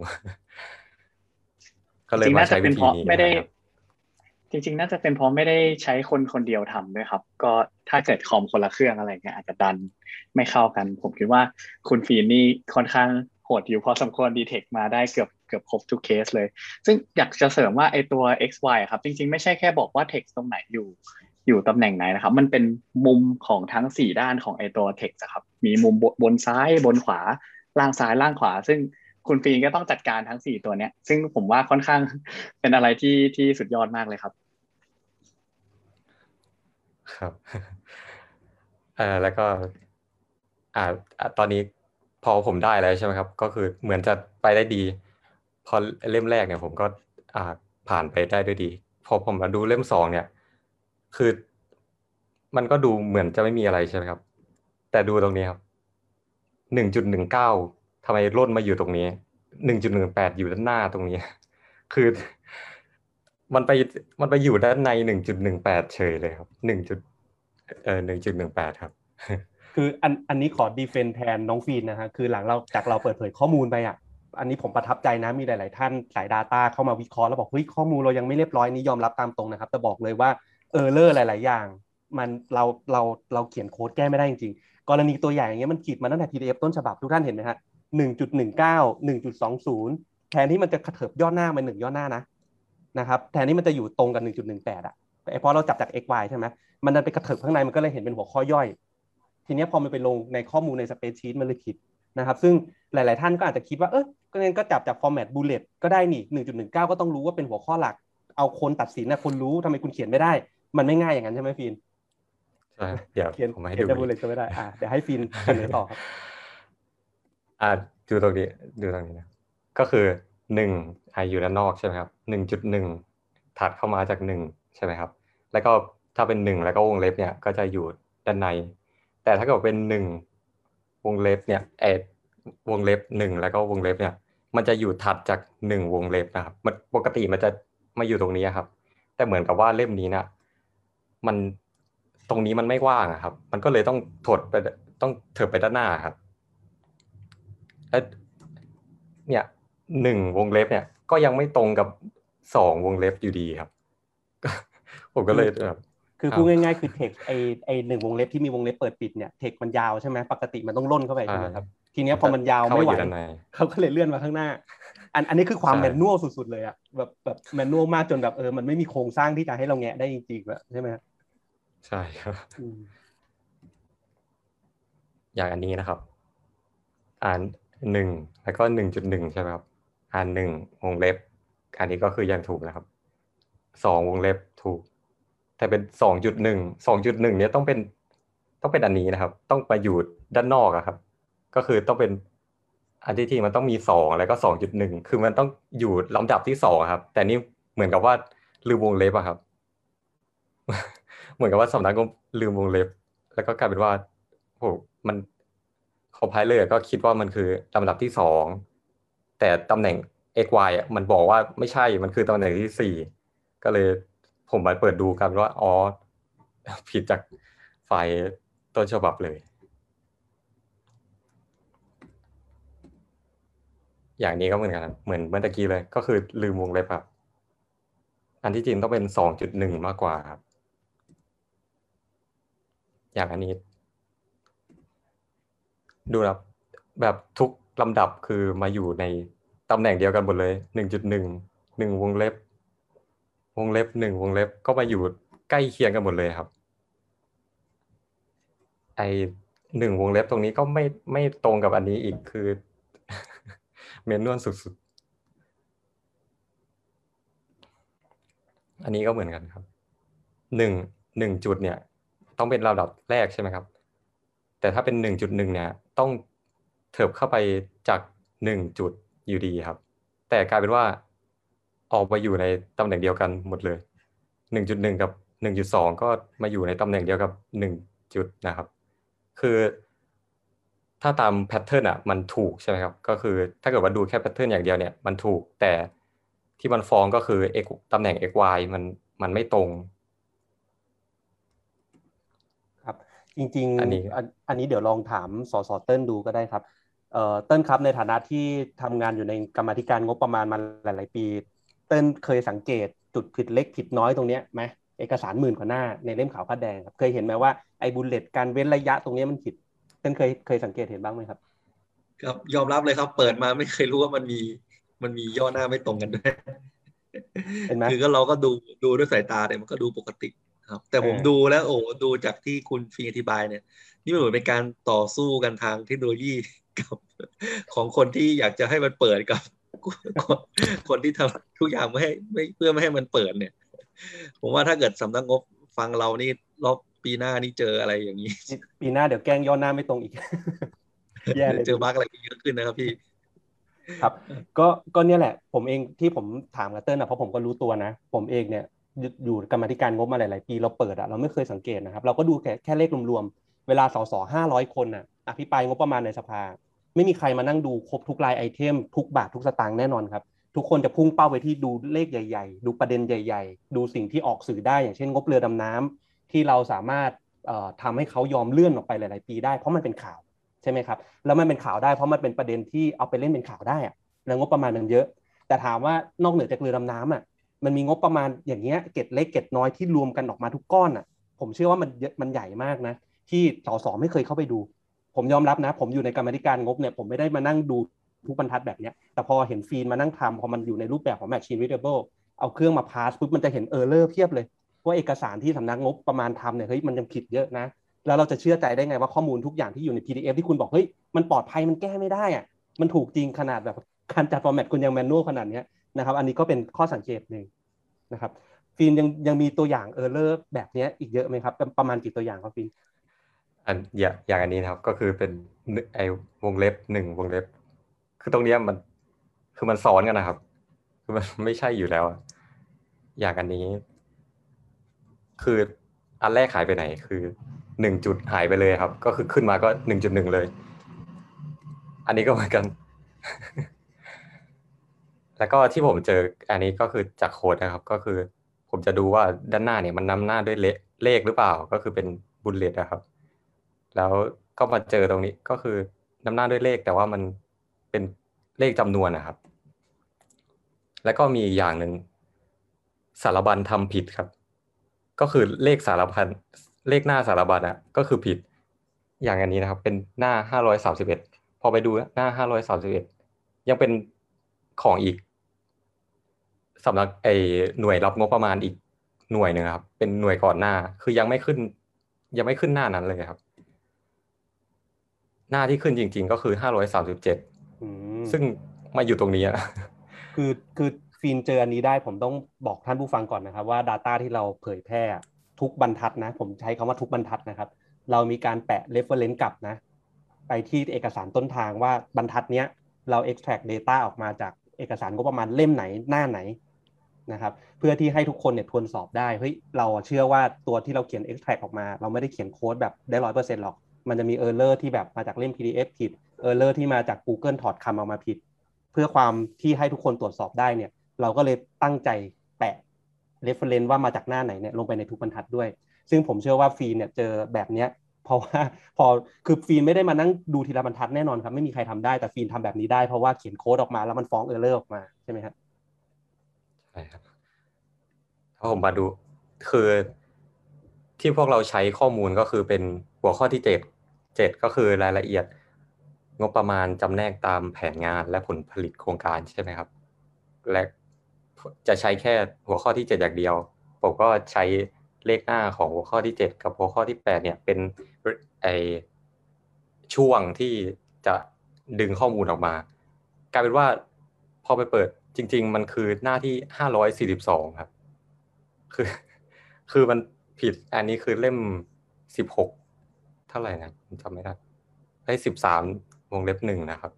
ก็เลยมาใช้วิธีนี้นะครับ
จริงๆน่าจะเป็นเพราะไม่ได้ใช้คนเดียวทำด้วยครับก็ถ้าเกิดคอมคนละเครื่องอะไรเงี้ยอาจจะดันไม่เข้ากันผมคิดว่าคุณฟีนนี่ค่อนข้างโหดอยู่พอสมควรดีเทคมาได้เกือบครบทุกเคสเลยซึ่งอยากจะเสริมว่าไอตัว xy ครับจริงๆไม่ใช่แค่บอกว่า text ตรงไหนอยู่ตำแหน่งไหนนะครับมันเป็นมุมของทั้ง4ด้านของไอตัว text ครับมีมุมบนซ้ายบนขวาล่างซ้ายล่างขวาซึ่งคุณฟีนก็ต้องจัดการทั้ง4ตัวเนี้ยซึ่งผมว่าค่อนข้างเป็นอะไรที่สุดยอดมากเลยครับ
ครับแล้วก็ตอนนี้พอผมได้แล้วใช่ไหมครับก็คือเหมือนจะไปได้ดีพอเล่มแรกเนี่ยผมก็ผ่านไปได้ด้วยดีพอผมมาดูเล่ม2เนี่ยคือมันก็ดูเหมือนจะไม่มีอะไรใช่ไหมครับแต่ดูตรงนี้ครับ 1.19 ทำไมร่นมาอยู่ตรงนี้ 1.18 อยู่ด้านหน้าตรงนี้คือมันไปอยู่ด้านใน 1.18 เฉยเลยครับ1.18 ครับ
คืออันนี้ขอดีเฟนแทนน้องฟีนนะฮะคือหลังเราเปิดเผยข้อมูลไปอ่ะอันนี้ผมประทับใจนะมีหลายๆท่านสาย Data เข้ามาวิเคราะห์แล้วบอกเฮ้ยข้อมูลเรายังไม่เรียบร้อยนี่ยอมรับตามตรงนะครับแต่บอกเลยว่าเลอร์หลายๆอย่างมันเราเขียนโค้ดแก้ไม่ได้จริงๆกรณีตัวอย่างอย่างเงี้ยมันขีดมาตั้งแต่ PDF ต้นฉบับทุกท่านเห็นไหมฮะ 1.19 1.20 แทนที่มันจะกระเถิบย่อหน้ามา1ย่อหน้านะครับแทนที่มันจะอยู่ตรงกับ 1.18 อ่ะเพราะเราจับจาก xy ใช่ไหมมันดันไปกระเถิบข้างในมันก็เลยเห็นเป็นหัวข้อย่อยทีนี้พอมันไปลงในข้อมูลในสเปซชีตมันเลยผิดนะครับซึ่งหลายๆท่านก็อาจจะคิดว่าก็งั้นก็จับจากฟอร์แมตบูลเลตก็ได้นี่ 1.19 ก็ต้องรู้ว่าเป็นหัวข้อหลักเอาคนตัดสินนะคนรู้ทำไมคุณเขียนไม่ได้มันไม่ง่ายอย่างนั้นใช่ไหมฟีน
ใช่เดี๋ยวผมให้ดู
บูลเลตก็ไม่ได้เดี๋ยวให้ฟีนเสนอต่อครับ
ดูตรงนี้นะก็คือ1อยู่ด้านนอกใช่ไหมครับ 1.1 ถัดเข้ามาจาก1ใช่ไหมครับแล้วก็ถ้าเป็น1แล้วก็วงเล็บเนี่ยก็จะอยู่ด้านในแต่ถ้าเกิดเป็น1วงเล็บเนี่ยวงเล็บ1แล้วก็วงเล็บเนี่ยมันจะอยู่ถัดจาก1วงเล็บนะครับมันปกติมันจะมาอยู่ตรงนี้ครับแต่เหมือนกับว่าเล่มนี้นะมันตรงนี้มันไม่ว่างครับมันก็เลยต้องต้องเถิบไปด้านหน้าครับแล้วเนี่ย1วงเล็บเนี่ยก็ยังไม่ตรงกับ2วงเล็บอยู่ดีครับผมก็เลยแบบ
คือพูดง่ายๆคือเทคไอ1วงเล็บที่มีวงเล็บเปิดปิดเนี่ยเทคมันยาวใช่ไหมปกติมันต้องล่นเข้าไปใช่ไหมครับทีนี้พอมันยาวไม่ไหวเขาก็เลยเลื่อนมาข้างหน้าอันนี้คือความแมนนวลสุดๆเลยอ่ะแบบแมนนวลมากจนแบบมันไม่มีโครงสร้างที่จะให้เราแงะได้จริงๆแบบใช่ไหม
ใช่ครับอย่างอันนี้นะครับ1แล้วก็ 1.1 ใช่ไหมครับ1วงเล็บอันนี้ก็คือยังถูกนะครับ2วงเล็บถูกแต่เป็น 2.1 เนี่ยต้องเป็นอันนี้นะครับต้องไปอยู่ด้านนอกครับก็คือต้องเป็นอันที่มันต้องมี2แล้วก็ 2.1 คือมันต้องอยู่ลำดับที่2ครับแต่นี่เหมือนกับว่าลืมวงเล็บครับเหมือนกับว่าสำนักก็ลืมวงเล็บแล้วก็กลายเป็นว่าโห compiler ก็คิดว่ามันคือลำดับที่2แต่ตำแหน่ง xy อ่ะมันบอกว่าไม่ใช่มันคือตำแหน่งที่4ก็เลยผมไปเปิดดูกันว่าอ๋อผิดจากไฟล์ต้นฉบับเลยอย่างนี้ก็เหมือนกันเหมือนเมื่อตะกี้เลยก็คือลืมวงเล็บครับอันที่จริงต้องเป็น 2.1 มากกว่าครับอย่างอันนี้ดูนะแบบทุกลำดับคือมาอยู่ในตำแหน่งเดียวกันหมดเลย 1.1 1วงเล็บ1วงเล็บก็มาอยู่ใกล้เคียงกันหมดเลยครับไอ1วงเล็บตรงนี้ก็ไม่ตรงกับอันนี้อีกคือ เมนนวลสุดๆอันนี้ก็เหมือนกันครับ1จุดเนี่ยต้องเป็นลำดับแรกใช่ไหมครับแต่ถ้าเป็น 1.1 เนี่ยต้องเถิบเข้าไปจาก1จุดอยู่ดีครับแต่กลายเป็นว่าออกมาอยู่ในตำแหน่งเดียวกันหมดเลย 1.1 กับ 1.2 ก็มาอยู่ในตำแหน่งเดียวกับ1จุดนะครับคือถ้าตามแพทเทิร์นอ่ะมันถูกใช่ไหมครับก็คือถ้าเกิดว่าดูแค่แพทเทิร์นอย่างเดียวเนี่ยมันถูกแต่ที่มันฟ้องก็คือ x ตำแหน่ง xy มันไม่ตรง
ครับจริงๆอันนี้เดี๋ยวลองถามสสเติ้ลดูก็ได้ครับเติ้ลครับในฐานะที่ทำงานอยู่ในกรรมาธิการงบประมาณมาหลายๆปีเติ้ลเคยสังเกตจุดผิดเล็กผิดน้อยตรงนี้ไหมเอกสาร10,000 กว่าหน้าในเล่มขาวผ้าแดงครับเคยเห็นไหมว่าไอ้บุลเลตการเว้นระยะตรงนี้มันผิดเติ้ลเคยสังเกตเห็นบ้างไหมครับ
ครับยอมรับเลยครับเปิดมาไม่เคยรู้ว่ามันมีย่อหน้าไม่ตรงกันด้วย
เห็นไหม
คือก็เราก็ดูด้วยสายตาเนี่ยมันก็ดูปกติครับแต่ผมดูแล้วดูจากที่คุณฟีอธิบายเนี่ยนี่มันเหมือนเป็นการต่อสู้กันทางเทคโนโลยีกับของคนที่อยากจะให้มันเปิดกับคนที่ทำทุกอย่างเพื่อไม่ให้มันเปิดเนี่ยผมว่าถ้าเกิดสำนักงบฟังเรานี่รอบปีหน้านี่เจออะไรอย่างนี้
ปีหน้าเดี๋ยวแกล้งย่อหน้าไม่ตรงอีก แย่เลย
เจอบั๊กอะไรเยอะขึ้นนะครับพี่
ครับก็เนี่ยแหละผมเองที่ผมถามกับเติ้ลนะเพราะผมก็รู้ตัวนะผมเองเนี่ยอยู่กรรมาธิการงบมาหลายๆปีเราเปิดเราไม่เคยสังเกตนะครับเราก็ดูแค่เลขรวมๆเวลาสส500 คนอภิปรายงบประมาณในสภาไม่มีใครมานั่งดูครบทุกรายไอเทมทุกบาททุกสตางค์แน่นอนครับทุกคนจะพุ่งเป้าไปที่ดูเลขใหญ่ๆดูประเด็นใหญ่ๆดูสิ่งที่ออกสื่อได้อย่างเช่นงบเรือดำน้ำที่เราสามารถทำให้เขายอมเลื่อนออกไปหลายๆปีได้เพราะมันเป็นข่าวใช่ไหมครับแล้วมันเป็นข่าวได้เพราะมันเป็นประเด็นที่เอาไปเล่นเป็นข่าวได้แล้วงบประมาณมันเยอะแต่ถามว่านอกเหนือจากเรือดำน้ำมันมีงบประมาณอย่างเงี้ยเกร็ดเล็กเกร็ดน้อยที่รวมกันออกมาทุกก้อนผมเชื่อว่ามันใหญ่มากนะที่สสไม่เคยเข้าไปดูผมยอมรับนะผมอยู่ในกรรมาธิการงบเนี่ยผมไม่ได้มานั่งดูทุกบรรทัดแบบเนี้ยแต่พอเห็นฟีนมานั่งทำพอมันอยู่ในรูปแบบของ Machine Readable เอาเครื่องมาพาสปุ๊บมันจะเห็นเออร์เลอร์เพียบเลยว่าเอกสารที่สำนักงบประมาณทำเนี่ยเฮ้ยมันยังผิดเยอะนะแล้วเราจะเชื่อใจได้ไงว่าข้อมูลทุกอย่างที่อยู่ใน PDF ที่คุณบอกเฮ้ยมันปลอดภัยมันแก้ไม่ได้มันถูกจริงขนาดแบบการจัดฟอร์แมตคุณยังแมนนวลขนาดนี้นะครับอันนี้ก็เป็นข้อสังเกตหนึ่งนะครับฟีนยังมีตัวอย่างเออร์เลอร์แบบนี้อีกเยอะไหมครับประมาณกี่ตัวอย่างครับฟีน
อย่างอันนี้นะครับก็คือเป็นไอวงเล็บ1วงเล็บคือตรงนี้มันซ้อนกันนะครับคือมันไม่ใช่อยู่แล้วอย่างอันนี้คืออันแรกหายไปไหนคือ1จุดหายไปเลยครับก็คือขึ้นมาก็ 1.1 เลยอันนี้ก็เหมือนกัน แล้วก็ที่ผมเจออันนี้ก็คือจากโค้ดนะครับก็คือผมจะดูว่าด้านหน้าเนี่ยมันนำหน้าด้วยเลขหรือเปล่าก็คือเป็นบุลเลตนะครับแล้วก็มาเจอตรงนี้ก็คือนำหน้าด้วยเลขแต่ว่ามันเป็นเลขจำนวนนะครับแล้วก็มีอย่างหนึ่งสารบัญทำผิดครับก็คือเลขสารพันเลขหน้าสารบัญก็คือผิดอย่างอันนี้นะครับเป็นหน้า531พอไปดูหน้า531ยังเป็นของอีกสำหรับหน่วยรับงบประมาณอีกหน่วยหนึ่งครับเป็นหน่วยก่อนหน้าคือยังไม่ขึ้นหน้านั้นเลยครับหน้าที่ขึ้นจริงๆก็คือ537ซึ่งมาอยู่ตรงนี้
คือฟีนเจออันนี้ได้ผมต้องบอกท่านผู้ฟังก่อนนะครับว่า Data ที่เราเผยแพร่ทุกบรรทัดนะผมใช้คำว่าทุกบรรทัดนะครับเรามีการแปะ reference กลับนะไปที่เอกสารต้นทางว่าบรรทัดเนี้ยเรา extract data ออกมาจากเอกสารงบประมาณเล่มไหนหน้าไหนนะครับเพื่อที่ให้ทุกคนเนี่ยทวนสอบได้เฮ้ยเราเชื่อว่าตัวที่เราเขียน extract ออกมาเราไม่ได้เขียนโค้ดแบบได้ 100% หรอกมันจะมี error ที่แบบมาจากเล่ม PDF ผิด error ที่มาจาก Google ถอดคำออกมาผิดเพื่อความที่ให้ทุกคนตรวจสอบได้เนี่ยเราก็เลยตั้งใจแปะ reference ว่ามาจากหน้าไหนเนี่ยลงไปในทุกบรรทัดด้วยซึ่งผมเชื่อว่าฟีนเนี่ยเจอแบบเนี้ยเพราะว่าคือฟีนไม่ได้มานั่งดูทีละบรรทัดแน่นอนครับไม่มีใครทำได้แต่ฟีนทำแบบนี้ได้เพราะว่าเขียนโค้ดออกมาแล้วมันฟ้อง error ออกมาใช่ไหมครับ
ใช่ครับถ้าผมมาดูคือที่พวกเราใช้ข้อมูลก็คือเป็นหัวข้อที่7ก็คือรายละเอียดงบประมาณจำแนกตามแผนงานและผลผลิตโครงการใช่ไหมครับและจะใช้แค่หัวข้อที่7อย่างเดียวผมก็ใช้เลขหน้าของหัวข้อที่7กับหัวข้อที่8เนี่ยเป็นไอช่วงที่จะดึงข้อมูลออกมากลายเป็นว่าพอไปเปิดจริงๆมันคือหน้าที่542ครับคือมันผิดอันนี้คือเล่ม16เท่าไหร่นะผมจำไม่ได้ได้13วงเล็บ1นะครับ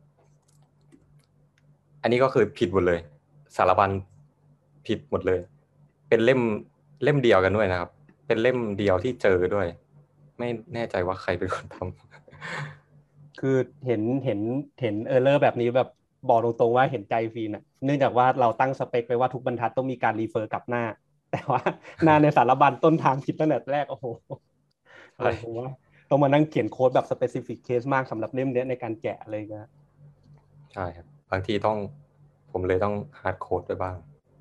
อันนี้ก็คือผิดหมดเลยสารบัญผิดหมดเลยเป็นเล่มเดียวกันด้วยนะครับเป็นเล่มเดียวที่เจอด้วยไม่แน่ใจว่าใครเป็นคนทำ
คือเห็นerror แบบนี้แบบบอกตรงๆว่าเห็นใจฟีนเนื่องจากว่าเราตั้งสเปคไปว่าทุกบรรทัดต้องมีการรีเฟอร์กลับหน้าแต่ว่าหน้าในสารบัญต้นทางผิดตั้งแต่แรกโอ้โหผมว่าต้องมานั่งเขียนโค้ดแบบ specific case มากสำหรับเล่มนี้ในการแกะเลยนะ
ใช่ครับบางทีผมเลยต้องฮาร์ดโค้ดด้วยบ้าง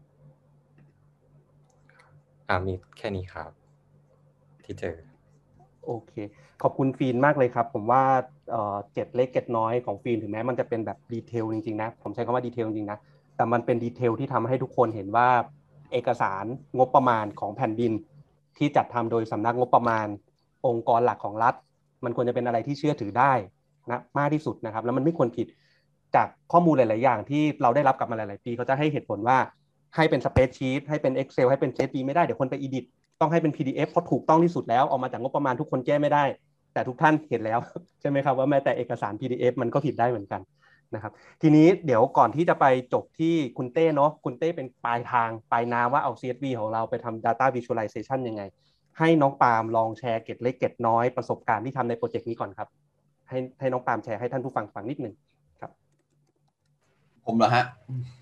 มีแค่นี้ครับที่เจอ
โอเคขอบคุณฟีนมากเลยครับผมว่าเจ็ดเล็กเจ็ดน้อยของฟีนถึงแม้มันจะเป็นแบบดีเทลจริงๆนะผมใช้คำว่าดีเทลจริงๆนะแต่มันเป็นดีเทลที่ทำให้ทุกคนเห็นว่าเอกสารงบประมาณของแผ่นดินที่จัดทำโดยสำนักงบประมาณองค์กรหลักของรัฐมันควรจะเป็นอะไรที่เชื่อถือได้นะมากที่สุดนะครับแล้วมันไม่ควรผิดจากข้อมูลหลายๆอย่างที่เราได้รับกลับมาหลายๆปีเขาจะให้เหตุผลว่าให้เป็นสเปรดชีทให้เป็น Excel ให้เป็น CSV ไม่ได้เดี๋ยวคนไป edit ต้องให้เป็น PDF เพราะถูกต้องที่สุดแล้วออกมาจากงบประมาณทุกคนแก้ไม่ได้แต่ทุกท่านเห็นแล้วใช่ไหมครับว่าแม้แต่เอกสาร PDF มันก็ผิดได้เหมือนกันนะครับทีนี้เดี๋ยวก่อนที่จะไปจบที่คุณเต้เนาะคุณเต้เป็นปลายทางปลายน้ำว่าเอา CSV ของเราไปทำ Data Visualization ยังไงให้น้องปาล์มลองแชร์เกร็ดเล็กเกร็ดน้อยประสบการณ์ที่ทำในโปรเจกต์นี้ก่อนครับให้น้องปาล์มแชร์ให้ท่านผู้ฟังฟังนิดนึงครับ
ผมเหรอฮะ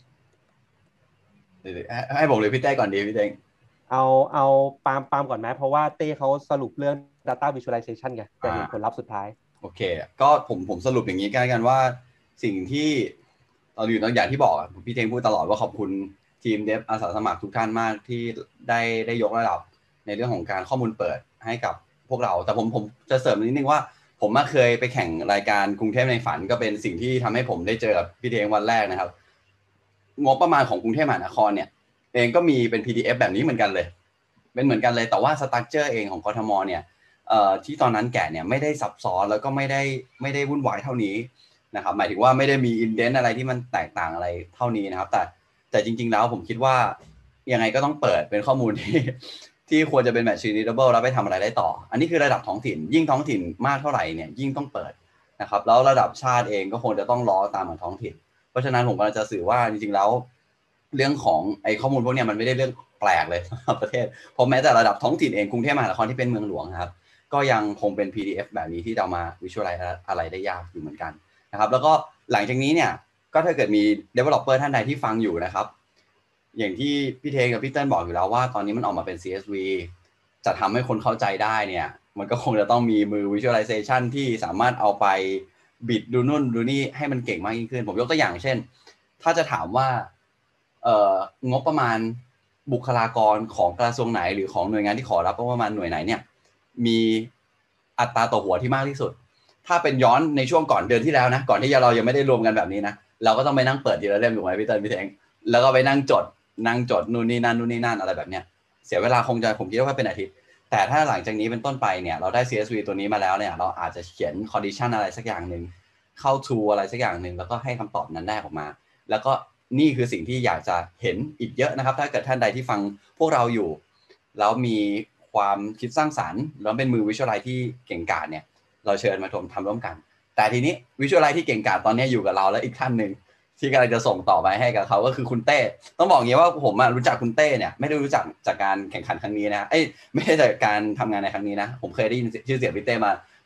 ให้ผมเลยพี่เต้ก่อนดีพี่เต้
เอาปาล์มก่อนไหมเพราะว่าเต้เขาสรุปเรื่อง data visualization ไงจะเห็นผลลัพธ์สุดท้าย
โอเคก็ผมสรุปอย่างนี้กันว่าสิ่งที่เราอยู่อย่างที่บอกพี่เต้งพูดตลอดว่าขอบคุณทีมเดฟอาสาสมัครทุกท่านมากที่ได้ยกระดับในเรื่องของการข้อมูลเปิดให้กับพวกเราแต่ผมจะเสริมนิดนึงว่าผมเคยไปแข่งรายการกรุงเทพในฝันก็เป็นสิ่งที่ทำให้ผมได้เจอกับพี่เต้งวันแรกนะครับงบประมาณของกรุงเทพมหานครเนี่ยเองก็มีเป็น PDF แบบนี้เหมือนกันเลยเป็นเหมือนกันเลยแต่ว่าสตรัคเจอร์เองของกทมเนี่ยที่ตอนนั้นแกะเนี่ยไม่ได้ซับซ้อนแล้วก็ไม่ได้วุ่นวายเท่านี้นะครับหมายถึงว่าไม่ได้มีอินเดนต์อะไรที่มันแตกต่างอะไรเท่านี้นะครับแต่จริงๆแล้วผมคิดว่ายังไงก็ต้องเปิดเป็นข้อมูลที่ควรจะเป็น machine readable แล้วไปทำอะไรได้ต่ออันนี้คือระดับท้องถิ่นยิ่งท้องถิ่นมากเท่าไหร่เนี่ยยิ่งต้องเปิดนะครับแล้วระดับชาติเองก็คงจะต้องล้อตามของท้องถิ่นเพราะฉะนั้นผมกำลังจะสื่อว่าจริงๆแล้วเรื่องของไอ้ข้อมูลพวกนี้มันไม่ได้เรื่องแปลกเลยประเทศเพราะแม้แต่ระดับท้องถิ่นเองกรุงเทพมหานครที่เป็นเมืองหลวงครับก็ยังคงเป็น PDF แบบนี้ที่เรามา visualize อะไรได้ยากอยู่เหมือนกันนะครับแล้วก็หลังจากนี้เนี่ยก็ถ้าเกิดมี developer ท่านใดที่ฟังอยู่นะครับอย่างที่พี่เทงกับพี่เติ้ลบอกอยู่แล้วว่าตอนนี้มันออกมาเป็น CSV จะทำให้คนเข้าใจได้เนี่ยมันก็คงจะต้องมีมือ visualization ที่สามารถเอาไปบิดดูนู่นดูนี่ให้มันเก่งมากยิ่งขึ้นผมยกตัวอย่างเช่นถ้าจะถามว่างบประมาณบุคลากรของกระทรวงไหนหรือของหน่วยงานที่ขอรับงบประมาณหน่วยไหนเนี่ยมีอัตราต่อหัวที่มากที่สุดถ้าเป็นย้อนในช่วงก่อนเดือนที่แล้วนะก่อนที่เรายังไม่ได้รวมกันแบบนี้นะเราก็ต้องไปนั่งเปิดทีละเล่มถูกไหมพี่เติ้ลพี่เทงแล้วก็ไปนั่งจดนู่นนี่นั่นอะไรแบบเนี้ยเสียเวลาผมคิดว่าเป็นอาทิตย์แต่ถ้าหลังจากนี้เป็นต้นไปเนี่ยเราได้ CSV ตัวนี้มาแล้วเนี่ยเราอาจจะเขียน condition อะไรสักอย่างนึงเข้า to อะไรสักอย่างนึงแล้วก็ให้คำตอบนั้นได้ออกมาแล้วก็นี่คือสิ่งที่อยากจะเห็นอีกเยอะนะครับถ้าเกิดท่านใดที่ฟังพวกเราอยู่แล้วมีความคิดสร้างสรรค์แล้วเป็นมือวิชวลไลท์ที่เก่งกาจเนี่ยเราเชิญมาทำร่วมกันแต่ทีนี้วิชวลไลท์ที่เก่งกาจตอนนี้อยู่กับเราแล้วอีกท่านหนึ่งที่กำลังจะส่งต่อไปให้กับเขาก็คือคุณเต้ต้องบอกอย่างนี้ว่าผมรู้จักคุณเต้เนี่ยไม่ได้รู้จักจากการแข่งขันครั้งนี้นะไม่ใช่จากการทำงานในครั้งนี้นะผมเคยได้ยินชื่อเสียงพี่เต้มา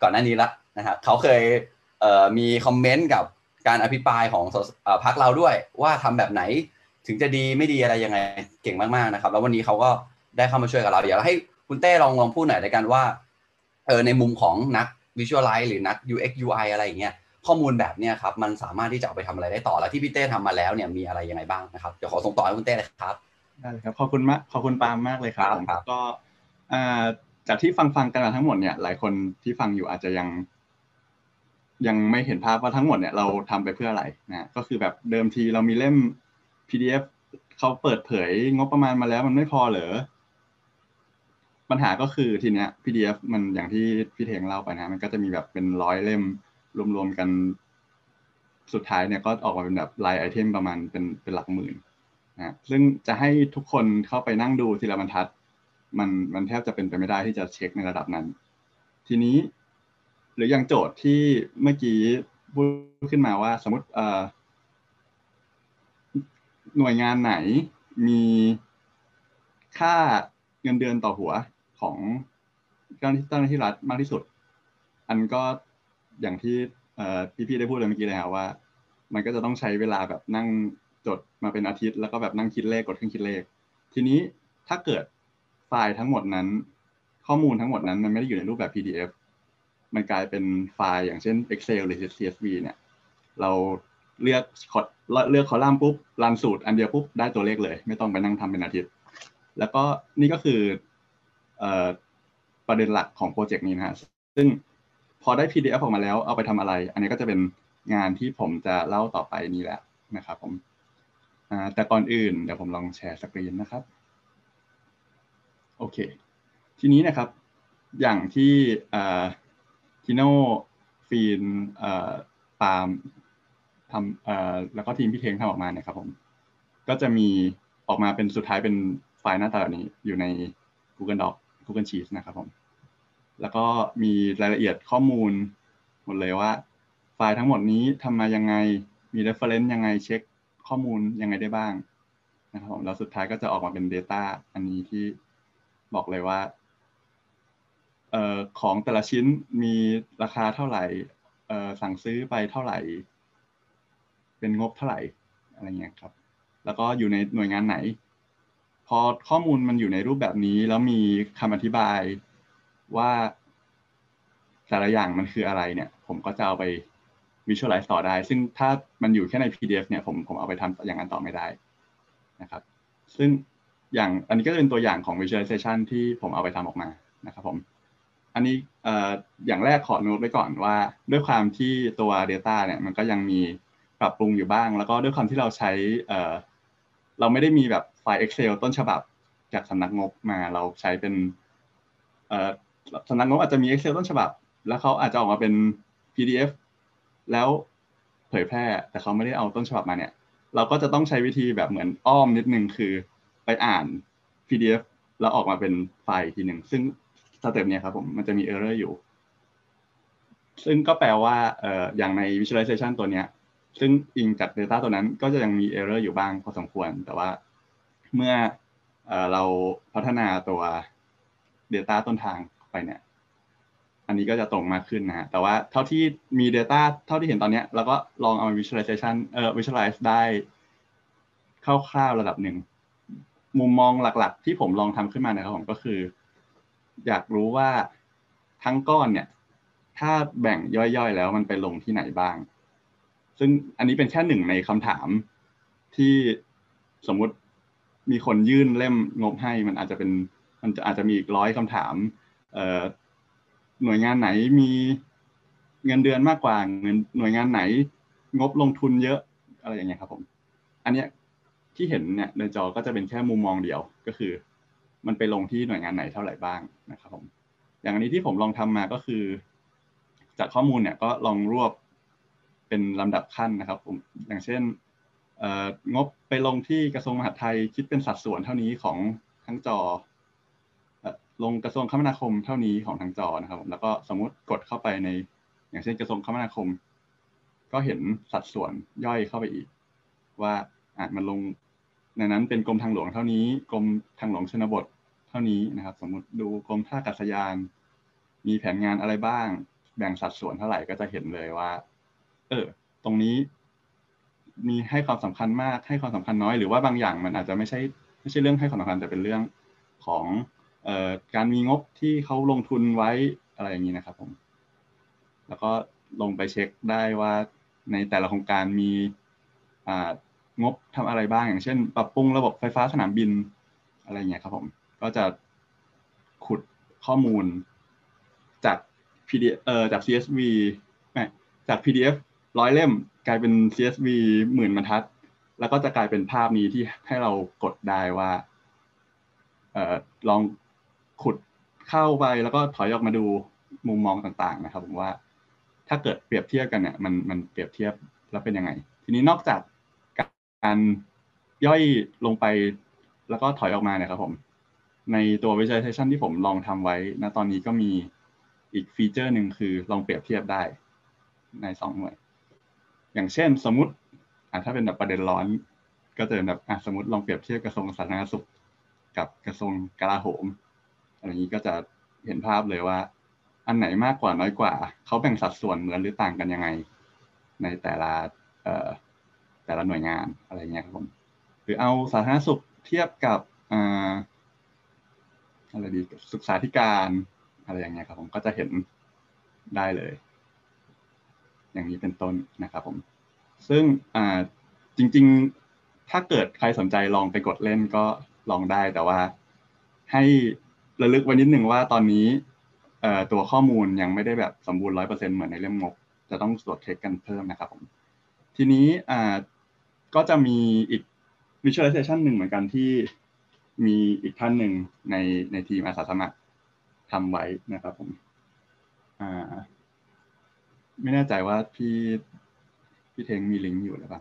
ก่อนหน้านี้ละนะครับเขาเคยมีคอมเมนต์กับการอภิปรายของพรรคเราด้วยว่าทำแบบไหนถึงจะดีไม่ดีอะไรยังไงเก่งมากๆนะครับแล้ววันนี้เขาก็ได้เข้ามาช่วยกับเราเดี๋ยวให้คุณเต้ลองพูดหน่อยในการว่าในมุมของนัก Visualize หรือนัก UX UI อะไรอย่างเงี้ยข้อมูลแบบเนี้ยครับมันสามารถที่จะเอาไปทำอะไรได้ต่อแล้วที่พี่เต้ทำมาแล้วเนี่ยมีอะไรยังไงบ้างนะครับเดี๋ยวขอส่งต่อให้คุณเต้เลยครับ
ได้เลยครับขอบคุณมากขอบคุณปาล์มมากเลยครับผมก็จากที่ฟังกันมาทั้งหมดเนี่ยหลายคนที่ฟังอยู่อาจจะยังไม่เห็นภาพว่าทั้งหมดเนี่ยเราทำไปเพื่ออะไรนะก็คือแบบเดิมทีเรามีเล่ม PDF เขาเปิดเผยงบประมาณมาแล้วมันไม่พอเหรอปัญหาก็คือทีเนี้ย PDF มันอย่างที่พี่เทงเล่าไปนะมันก็จะมีแบบเป็น100เล่มรวมๆกันสุดท้ายเนี่ยก็ออกมาเป็นแบบรายไอเทมประมาณเป็นหลักหมื่นนะซึ่งจะให้ทุกคนเข้าไปนั่งดูทีละบรรทัดมันแทบจะเป็นไปไม่ได้ที่จะเช็คในระดับนั้นทีนี้หรืออย่างโจทย์ที่เมื่อกี้พูดขึ้นมาว่าสมมติหน่วยงานไหนมีค่าเงินเดือนต่อหัวของเจ้าหน้าที่รัฐมากที่สุดอันก็อย่างที่พี่ได้พูดเลยเมื่อกี้เลยครับว่ามันก็จะต้องใช้เวลาแบบนั่งจดมาเป็นอาทิตย์แล้วก็แบบนั่งคิดเลขกดเครื่องคิดเลขทีนี้ถ้าเกิดไฟล์ทั้งหมดนั้นข้อมูลทั้งหมดนั้นมันไม่ได้อยู่ในรูปแบบ PDF มันกลายเป็นไฟล์อย่างเช่น Excel หรือ CSV เนี่ยเราเลือกคอลัมน์ปุ๊บรันสูตรอันเดียวปุ๊บได้ตัวเลขเลยไม่ต้องไปนั่งทำเป็นอาทิตย์แล้วก็นี่ก็คือประเด็นหลักของโปรเจกต์นี้นะฮะซึ่งพอได้ PDF ออกมาแล้วเอาไปทำอะไรอันนี้ก็จะเป็นงานที่ผมจะเล่าต่อไปนี้แหละนะครับผมแต่ก่อนอื่นเดี๋ยวผมลองแชร์สกรีนนะครับโอเคทีนี้นะครับอย่างที่ทิโน่ฟีนปาล์มทำแล้วก็ทีมพี่เทงทำออกมาเนี่ยครับผมก็จะมีออกมาเป็นสุดท้ายเป็นไฟล์หน้าตาแบบนี้อยู่ใน Google Doc Google Sheets นะครับผมแล้วก็มีรายละเอียดข้อมูลหมดเลยว่าไฟล์ทั้งหมดนี้ทำมายังไงมี reference ยังไงเช็คข้อมูลยังไงได้บ้างนะครับผมแล้วสุดท้ายก็จะออกมาเป็น data อันนี้ที่บอกเลยว่าของแต่ละชิ้นมีราคาเท่าไหร่สั่งซื้อไปเท่าไหร่เป็นงบเท่าไหร่อะไรเงี้ยครับแล้วก็อยู่ในหน่วยงานไหนพอข้อมูลมันอยู่ในรูปแบบนี้แล้วมีคำอธิบายว่าแต่ละอย่างมันคืออะไรเนี่ยผมก็จะเอาไป visualize ต่อได้ซึ่งถ้ามันอยู่แค่ใน PDF เนี่ยผมเอาไปทำอย่างนั้นต่อไม่ได้นะครับซึ่งอย่างอันนี้ก็เป็นตัวอย่างของ visualization ที่ผมเอาไปทำออกมานะครับผมอันนี้อย่างแรกขอโน้ตไว้ก่อนว่าด้วยความที่ตัว data เนี่ยมันก็ยังมีปรับปรุงอยู่บ้างแล้วก็ด้วยความที่เราใช้เราไม่ได้มีแบบไฟล์ Excel ต้นฉบับจากสำนักงบมาเราใช้เป็นสำนักงบอาจจะมี Excel ต้นฉบับแล้วเขาอาจจะออกมาเป็น PDF แล้วเผยแพร่แต่เขาไม่ได้เอาต้นฉบับมาเนี่ยเราก็จะต้องใช้วิธีแบบเหมือนอ้อมนิดนึงคือไปอ่าน PDF แล้วออกมาเป็นไฟล์ทีหนึ่งซึ่งสเต็ปเนี่ยครับผมมันจะมี error อยู่ซึ่งก็แปลว่าอย่างใน visualization ตัวเนี้ยซึ่งอิงจาก data ตัวนั้นก็จะยังมี error อยู่บ้างพอสมควรแต่ว่าเมื่อเราพัฒนาตัว data ต้นทางไปเนี่ยอันนี้ก็จะตรงมากขึ้นนะฮะแต่ว่าเท่าที่มี data เท่าที่เห็นตอนนี้เราก็ลองเอา visualization visualize ได้คร่าวๆระดับหนึ่งมุมมองหลักๆที่ผมลองทำขึ้นมานะครับผมก็คืออยากรู้ว่าทั้งก้อนเนี่ยถ้าแบ่งย่อยๆแล้วมันไปลงที่ไหนบ้างซึ่งอันนี้เป็นแค่หนึ่งในคำถามที่สมมุติมีคนยื่นเล่มงบให้มันอาจจะมีอีก100คำถามหน่วยงานไหนมีเงินเดือนมากกว่าหน่วยงานไหนงบลงทุนเยอะอะไรอย่างเงี้ยครับผมอันเนี้ยที่เห็นเนี่ยในจอก็จะเป็นแค่มุมมองเดียวก็คือมันไปลงที่หน่วยงานไหนเท่าไหร่บ้างนะครับผมอย่างอันนี้ที่ผมลองทำมาก็คือจากข้อมูลเนี่ยก็ลองรวบเป็นลำดับขั้นนะครับผมอย่างเช่นงบไปลงที่กระทรวงมหาดไทยคิดเป็นสัดส่วนเท่านี้ของทั้งจอลงกระทรวงคมนาคมเท่านี้ของทั้งจอนะครับผมแล้วก็สมมุติกดเข้าไปในอย่างเช่นกระทรวงคมนาคมก็เห็นสัดส่วนย่อยเข้าไปอีกว่ามันลงในนั้นเป็นกรมทางหลวงเท่านี้กรมทางหลวงชนบทเท่านี้นะครับสมมุติดูกรมท่าอากาศยานมีแผนงานอะไรบ้างแบ่งสัดส่วนเท่าไหร่ก็จะเห็นเลยว่าตรงนี้มีให้ความสำคัญมากให้ความสำคัญน้อยหรือว่าบางอย่างมันอาจจะไม่ใช่เรื่องให้ความสำคัญแต่เป็นเรื่องของการมีงบที่เขาลงทุนไว้อะไรอย่างนี้นะครับผมแล้วก็ลงไปเช็คได้ว่าในแต่ละโครงการมีงบทำอะไรบ้างอย่างเช่นปรับปรุงระบบไฟฟ้าสนามบินอะไรเงี้ยครับผมก็จะขุดข้อมูลจาก PDF จาก CSV จาก PDF 100 เล่มกลายเป็น CSV 10,000 บรรทัดแล้วก็จะกลายเป็นภาพนี้ที่ให้เรากดได้ว่าลองขุดเข้าไปแล้วก็ถอยออกมาดูมุมมองต่างๆนะครับผมว่าถ้าเกิดเปรียบเทียบกันเนี่ยมันเปรียบเทียบแล้วเป็นยังไงทีนี้นอกจากการย่อยลงไปแล้วก็ถอยออกมาเนี่ยครับผมในตัว visualization ที่ผมลองทำไว้ณตอนนี้ก็มีอีกฟีเจอร์หนึ่งคือลองเปรียบเทียบได้ใน2หน่วยอย่างเช่นสมมุติถ้าเป็นแบบประเด็นร้อนก็จะแบบสมมติลองเปรียบเทียบกระทรวงสาธารณสุขกับกระทรวงกลาโหมอะไรอย่างนี้ก็จะเห็นภาพเลยว่าอันไหนมากกว่าน้อยกว่าเขาแบ่งสัดส่วนเหมือนหรือต่างกันยังไงในแต่ละหน่วยงานอะไรเงี้ยครับผมหรือเอาสาธารณสุขเทียบกับอะไรดีศึกษาธิการอะไรอย่างเงี้ยครับผมก็จะเห็นได้เลยอย่างนี้เป็นต้นนะครับผมซึ่งจริงๆถ้าเกิดใครสนใจลองไปกดเล่นก็ลองได้แต่ว่าให้ระลึกไว้นิดนึงว่าตอนนี้ตัวข้อมูลยังไม่ได้แบบสมบูรณ์ 100% เหมือนในเล่มงบจะต้องตรวจเช็คกันเพิ่มนะครับผมทีนี้ก็จะมีอีก visualization หนึ่งเหมือนกันที่มีอีกท่านหนึ่งในทีมอาสาสมัครทำไว้นะครับผมไม่แน่ใจว่าพี่เทงมีลิงก์อยู่หรือเปล่า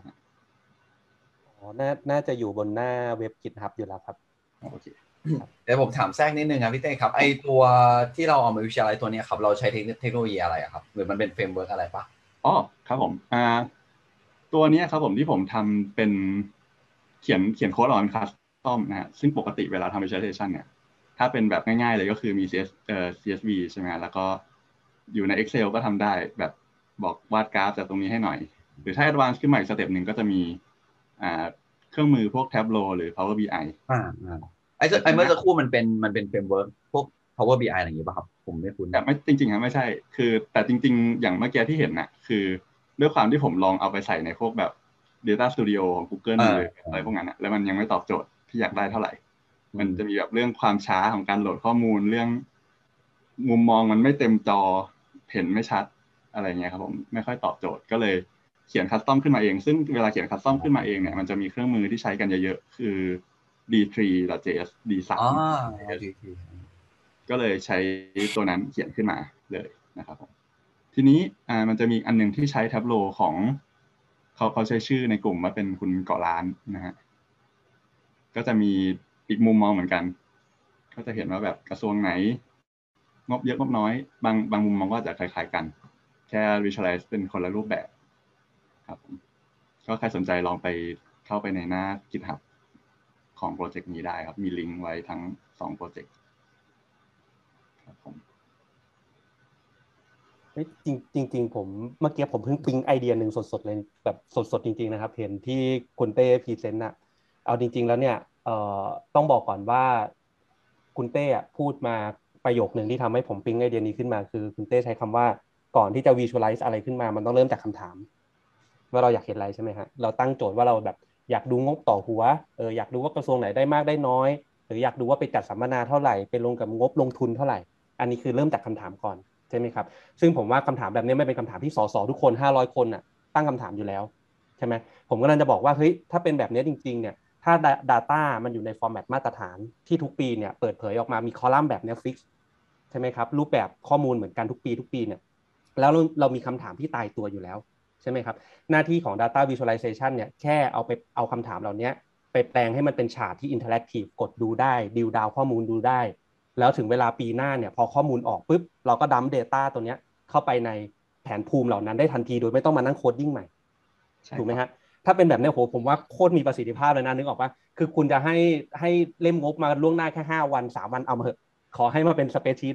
น่าจะอยู่บนหน้าเว็บ GitHub อยู่แล้วครับ
โอเค
เดี๋ยวผมถามแทรกนิดนึงครับพี่เต้ครับไอตัวที่เราเอามาวิจัยตัวนี้ครับเราใช้เทคโนโลยีอะไรครับหรือมันเป็นเฟรมเวิร์กอะไรปะ
ครับผมตัวนี้ครับผมที่ผมทำเป็นเขียนโค้ดออนคัสตอมนะฮะซึ่งปกติเวลาทำ visualization เนี่ยถ้าเป็นแบบง่ายๆเลยก็คือมี CSV ใช่ไหมแล้วก็อยู่ใน Excel ก็ทำได้แบบบอกวาดกราฟจากตรงนี้ให้หน่อยหรือถ้า advance ขึ้นมาอีกสเต็ปหนึ่งก็จะมีเครื่องมือพวก Tableau หรือ Power BI
ไอ้เมื่อสักครู่มันเป็นเฟรมเวิร์กพวก Power BI อะไรอย่างงี้ป่ะครับผมไม่คุ้น
แต่ไม่จริงๆครับไม่ใช่คือแต่จริงๆอย่างเมื่อกี้ที่เห็นน่ะคือด้วยความที่ผมลองเอาไปใส่ในพวกแบบ Data Studio ของ Google หรืออะไรพวกนั้นแล้วมันยังไม่ตอบโจทย์ที่อยากได้เท่าไหร่มันจะมีแบบเรื่องความช้าของการโหลดข้อมูลเรื่องมุมมองมันไม่เต็มจอเห็นไม่ชัดอะไรเงี้ยครับผมไม่ค่อยตอบโจทย์ก็เลยเขียนคัสตอมขึ้นมาเองซึ่งเวลาเขียนคัสตอมขึ้นมาเองเนี่ยมันจะมีเครื่องมือที่ใช้กันเยอะๆคือ D3.js D3 ก็เลยใช้ตัวนั้นเขียนขึ้นมาเลยนะครับผมทีนี้มันจะมีอันหนึ่งที่ใช้ Tableau ของเขาใช้ชื่อในกลุ่มว่าเป็นคุณเกาะล้านนะฮะก็จะมีอีกมุมมองเหมือนกันก็จะเห็นว่าแบบกระทรวงไหนงบเยอะงบน้อยบางมุมมองก็จะคล้ายๆกันแค่ visualize เป็นคนละรูปแบบครับก็ใครสนใจลองไปเข้าไปในหน้า GitHub ของโปรเจกต์นี้ได้ครับมีลิงก์ไว้ทั้ง2โปรเจกต์ครับผม
จริงผมเมื่อกี้ผมเพิ่งปิ๊งไอเดียหนึ่งสดๆเลยแบบสดๆจริงๆนะครับเห็นที่คุณเต้พรีเซนต์น่ะเอาจริงๆแล้วเนี่ยต้องบอกก่อนว่าคุณเต้พูดมาประโยคนึงที่ทำให้ผมปิ๊งไอเดียนี้ขึ้นมาคือคุณเต้ใช้คำว่าก่อนที่จะ visualize อะไรขึ้นมามันต้องเริ่มจากคำถามว่าเราอยากเห็นอะไรใช่ไหมฮะเราตั้งโจทย์ว่าเราแบบอยากดูงบต่อหัวอยากดูว่ากระทรวงไหนได้มากได้น้อยหรืออยากดูว่าไปจัดสัมมนาเท่าไหร่ไปลงกับงบลงทุนเท่าไหร่อันนี้คือเริ่มจากคำถามก่อนใช่ไหมครับซึ่งผมว่าคำถามแบบนี้ไม่เป็นคำถามที่สสทุกคน500คนตั้งคำถามอยู่แล้วใช่ไหมผมก็เลยจะบอกว่าเฮ้ยถ้าเป็นแบบนี้จริงๆเนี่ยถ้า data มันอยู่ในฟอร์แมตมาตรฐานที่ทุกปีเนี่ยเปิดเผยออกมามีคอลัมน์แบบนี้ฟิกใช่ไหมครับรูปแบบข้อมูลเหมือนกันทุกปีเนี่ยแล้วเรามีคำถามที่ตายตัวอยู่แล้วใช่ไหมครับหน้าที่ของ data visualization เนี่ยแค่เอาคำถามเหล่านี้ไปแปลงให้มันเป็นฉากที่ interactive กดดูได้ดิวดาวข้อมูลดูได้แล้วถึงเวลาปีหน้าเนี่ยพอข้อมูลออกปุ๊บเราก็ดัมป์ data ตัวเนี้ยเข้าไปในแผนภูมิเหล่านั้นได้ทันทีโดยไม่ต้องมานั่งโคดดิ้งใหม่ถูกไหมฮะถ้าเป็นแบบนี้โหผมว่าโคตรมีประสิทธิภาพเลยนะนึกออกปะคือคุณจะให้เล่มงบมาล่วงหน้าแค่5 วัน 3 วันเอามาเถอะขอให้มาเป็นสเปซชีท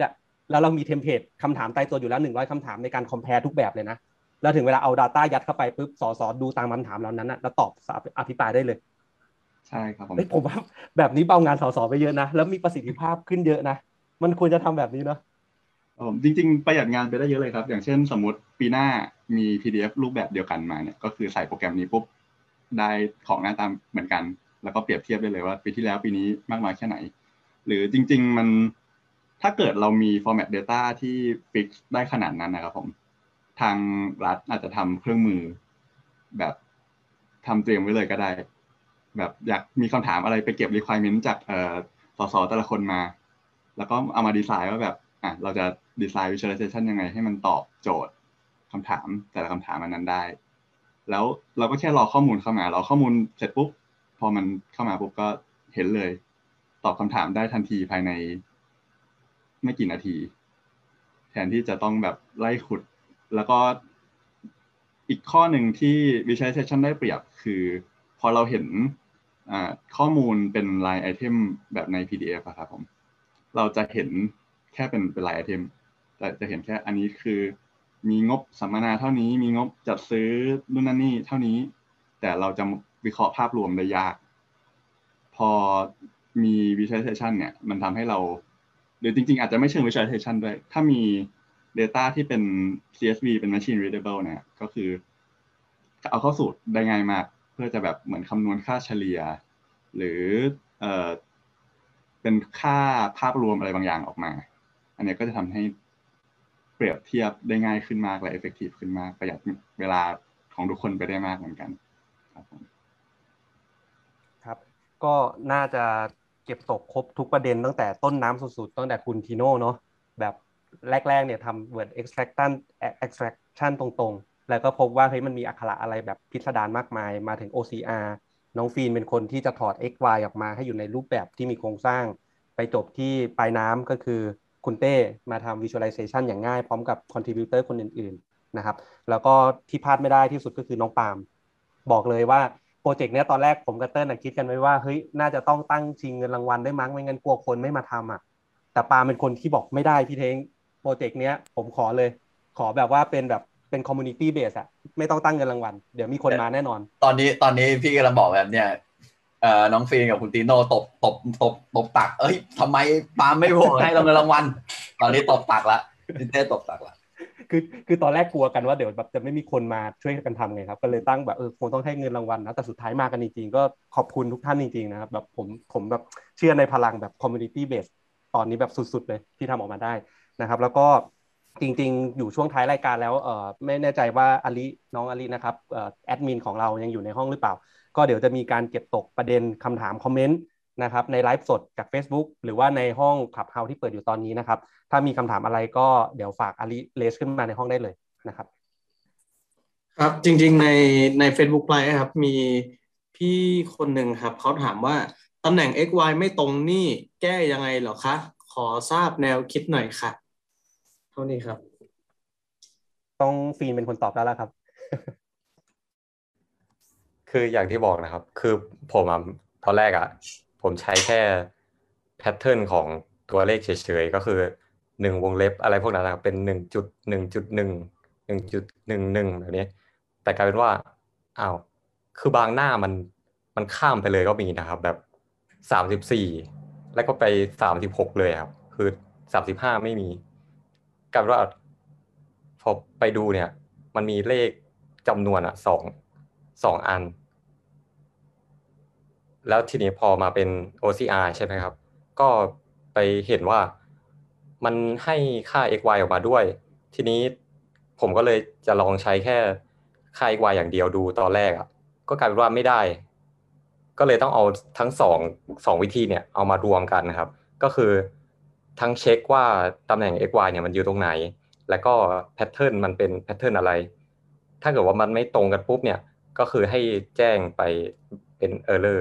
แล้วเรามีเทมเพลตคำถามตายตัวอยู่แล้ว100คำถามในการ compare ทุกแบบเลยนะแล้วถึงเวลาเอา data ยัดเข้าไปปุ๊บสสดูตามคำถามเหล่านั้นนะแล้วตอบอภิปรายได้เลย
ใช่ครับ
ผมว่าแบบนี้เบางานสสไปเยอะนะแล้วมีประสิทธิภาพขึ้นเยอะนะมันควรจะทำแบบนี้เนาะ
จริงๆประหยัดงานไปได้เยอะเลยครับอย่างเช่นสมมติปีหน้ามี PDF รูปแบบเดียวกันมาเนี่ยก็คือใส่โปรแกรมนี้ปุ๊บได้ของหน้าตาเหมือนกันแล้วก็เปรียบเทียบได้เลยว่าปีที่แล้วปีนี้มากน้อยแค่ไหนหรือจริงๆมันถ้าเกิดเรามี format data ที่ fix ได้ขนาดนั้นนะครับผมทางรัฐอาจจะทำเครื่องมือแบบทำเตรียมไว้เลยก็ได้แบบอยากมีคำถามอะไรไปเก็บ requirement จากสสแต่ละคนมาแล้วก็เอามาดีไซน์ว่าแบบเราจะดีไซน์ visualization ยังไงให้มันตอบโจทย์คำถามแต่ละคำถามนั้นได้แล้วเราก็แค่รอข้อมูลเข้ามารอข้อมูลเสร็จปุ๊บพอมันเข้ามาปุ๊บก็เห็นเลยตอบคำถามได้ทันทีภายในไม่กี่นาทีแทนที่จะต้องแบบไล่ขุดแล้วก็อีกข้อหนึ่งที่ visualization ได้เปรียบคือพอเราเห็นข้อมูลเป็น line item แบบใน PDF ครับผมเราจะเห็นแค่เป็น line item แต่จะเห็นแค่อันนี้คือมีงบสัมมนาเท่านี้มีงบจัดซื้อนู่นนั่นนี่เท่านี้แต่เราจะวิเคราะห์ภาพรวมได้ยากพอมี visualization เนี่ยมันทำให้เราหรือจริงๆอาจจะไม่เชิง visualization ด้วยถ้ามี data ที่เป็น CSV เป็น machine readable เนี่ยก็คือเอาเข้าสูตรได้ง่ายมากเพื่อจะแบบเหมือนคำนวณค่าเฉลี่ยหรือเป็นค่าภาพรวมอะไรบางอย่างออกมาอันนี้ก็จะทำให้เปรียบเทียบได้ง่ายขึ้นมากและ effective ขึ้นมากประหยัดเวลาของทุกคนไปได้มากเหมือนกันครับผม
ครับก็น่าจะเก็บตกครบทุกประเด็นตั้งแต่ต้นน้ำสุดๆตั้งแต่คุณทีโน่เนาะแบบแรกๆเนี่ยทำ word extraction ตรงๆแล้วก็พบว่าเฮ้ยมันมีอักขระอะไรแบบพิสดารมากมายมาถึง OCR น้องฟีนเป็นคนที่จะถอด XY ออกมาให้อยู่ในรูปแบบที่มีโครงสร้างไปจบที่ปลายน้ำก็คือคุณเต้มาทำ visualization อย่างง่ายพร้อมกับ contributor คนอื่นๆนะครับแล้วก็ที่พลาดไม่ได้ที่สุดก็คือน้องปาล์มบอกเลยว่าโปรเจกต์เนี้ยตอนแรกผมกับเติ้ลคิดกันไว้ว่าเฮ้ยน่าจะต้องตั้งชิงเงินรางวัลได้มั้งไม่งั้นกลัวคนไม่มาทำแต่ปาล์มเป็นคนที่บอกไม่ได้พี่เท้งโปรเจกต์เนี้ยผมขอเลยขอแบบว่าเป็น community base ไม่ต้องตั้งเงินรางวัลเดี๋ยวมีคนมาแน่นอน
ตอนนี้พี่กำลังบอกแบบเนี้ยน้องฟีนกับคุณตีโน่ตบตักเอ้ยทำไมปาล์มไม่บอกให้เราเงินรางวัลตอนนี้ตบตักละพี่เต้ตบตักละ
คือตอนแรกกลัวกันว่าเดี๋ยวแบบจะไม่มีคนมาช่วยกันทำไงครับก็เลยตั้งแบบคงต้องให้เงินรางวัลนะแต่สุดท้ายมากันจริงๆก็ขอบคุณทุกท่านจริงๆนะครับแบบผมแบบเชื่อในพลังแบบ community base ตอนนี้แบบสุดๆเลยที่ทำออกมาได้นะครับแล้วก็จริงๆอยู่ช่วงท้ายรายการแล้วไม่แน่ใจว่าน้องอลินะครับแอดมินของเรายังอยู่ในห้องหรือเปล่าก็เดี๋ยวจะมีการเก็บตกประเด็นคำถามคอมเมนต์นะครับในไลฟ์สดจาก Facebook หรือว่าในห้อง Clubhouse ที่เปิดอยู่ตอนนี้นะครับถ้ามีคำถามอะไรก็เดี๋ยวฝากอลิเลสขึ้นมาในห้องได้เลยนะครับ
ครับจริงๆใน Facebook Live ครับมีพี่คนหนึ่งครับเขาถามว่าตำแหน่ง XY ไม่ตรงนี่แก้ยังไงเหรอคะขอทราบแนวคิดหน่อยค่ะเท่านี้ครับ
ต้องฟีนเป็นคนตอบแล้วล่ะครับ
คืออย่างที่บอกนะครับคือผมตอนแรกผมใช้แค่แพทเทิร์นของตัวเลขเฉยๆก็คือ1วงเล็บอะไรพวกนั้นนะครับเป็น 1.1.1 1.11 แบบนี้แต่กลายเป็นว่าคือบางหน้ามันข้ามไปเลยก็มีนะครับแบบ34แล้วก็ไป36เลยครับคือ35ไม่มีกลายเป็นว่าพอไปดูเนี่ยมันมีเลขจำนวนสองอันแล้วทีนี้พอมาเป็น OCR ใช่ไหมครับก็ไปเห็นว่ามันให้ค่า xy ออกมาด้วยทีนี้ผมก็เลยจะลองใช้แค่ค่า xy อย่างเดียวดูตอนแรกก็กลายเป็นว่าไม่ได้ก็เลยต้องเอาทั้งสองวิธีเนี่ยเอามารวมกันนะครับก็คือทั้งเช็คว่าตำแหน่ง xy เนี่ยมันอยู่ตรงไหนแล้วก็แพทเทิร์นมันเป็นแพทเทิร์นอะไรถ้าเกิดว่ามันไม่ตรงกันปุ๊บเนี่ยก็คือให้แจ้งไปเป็น error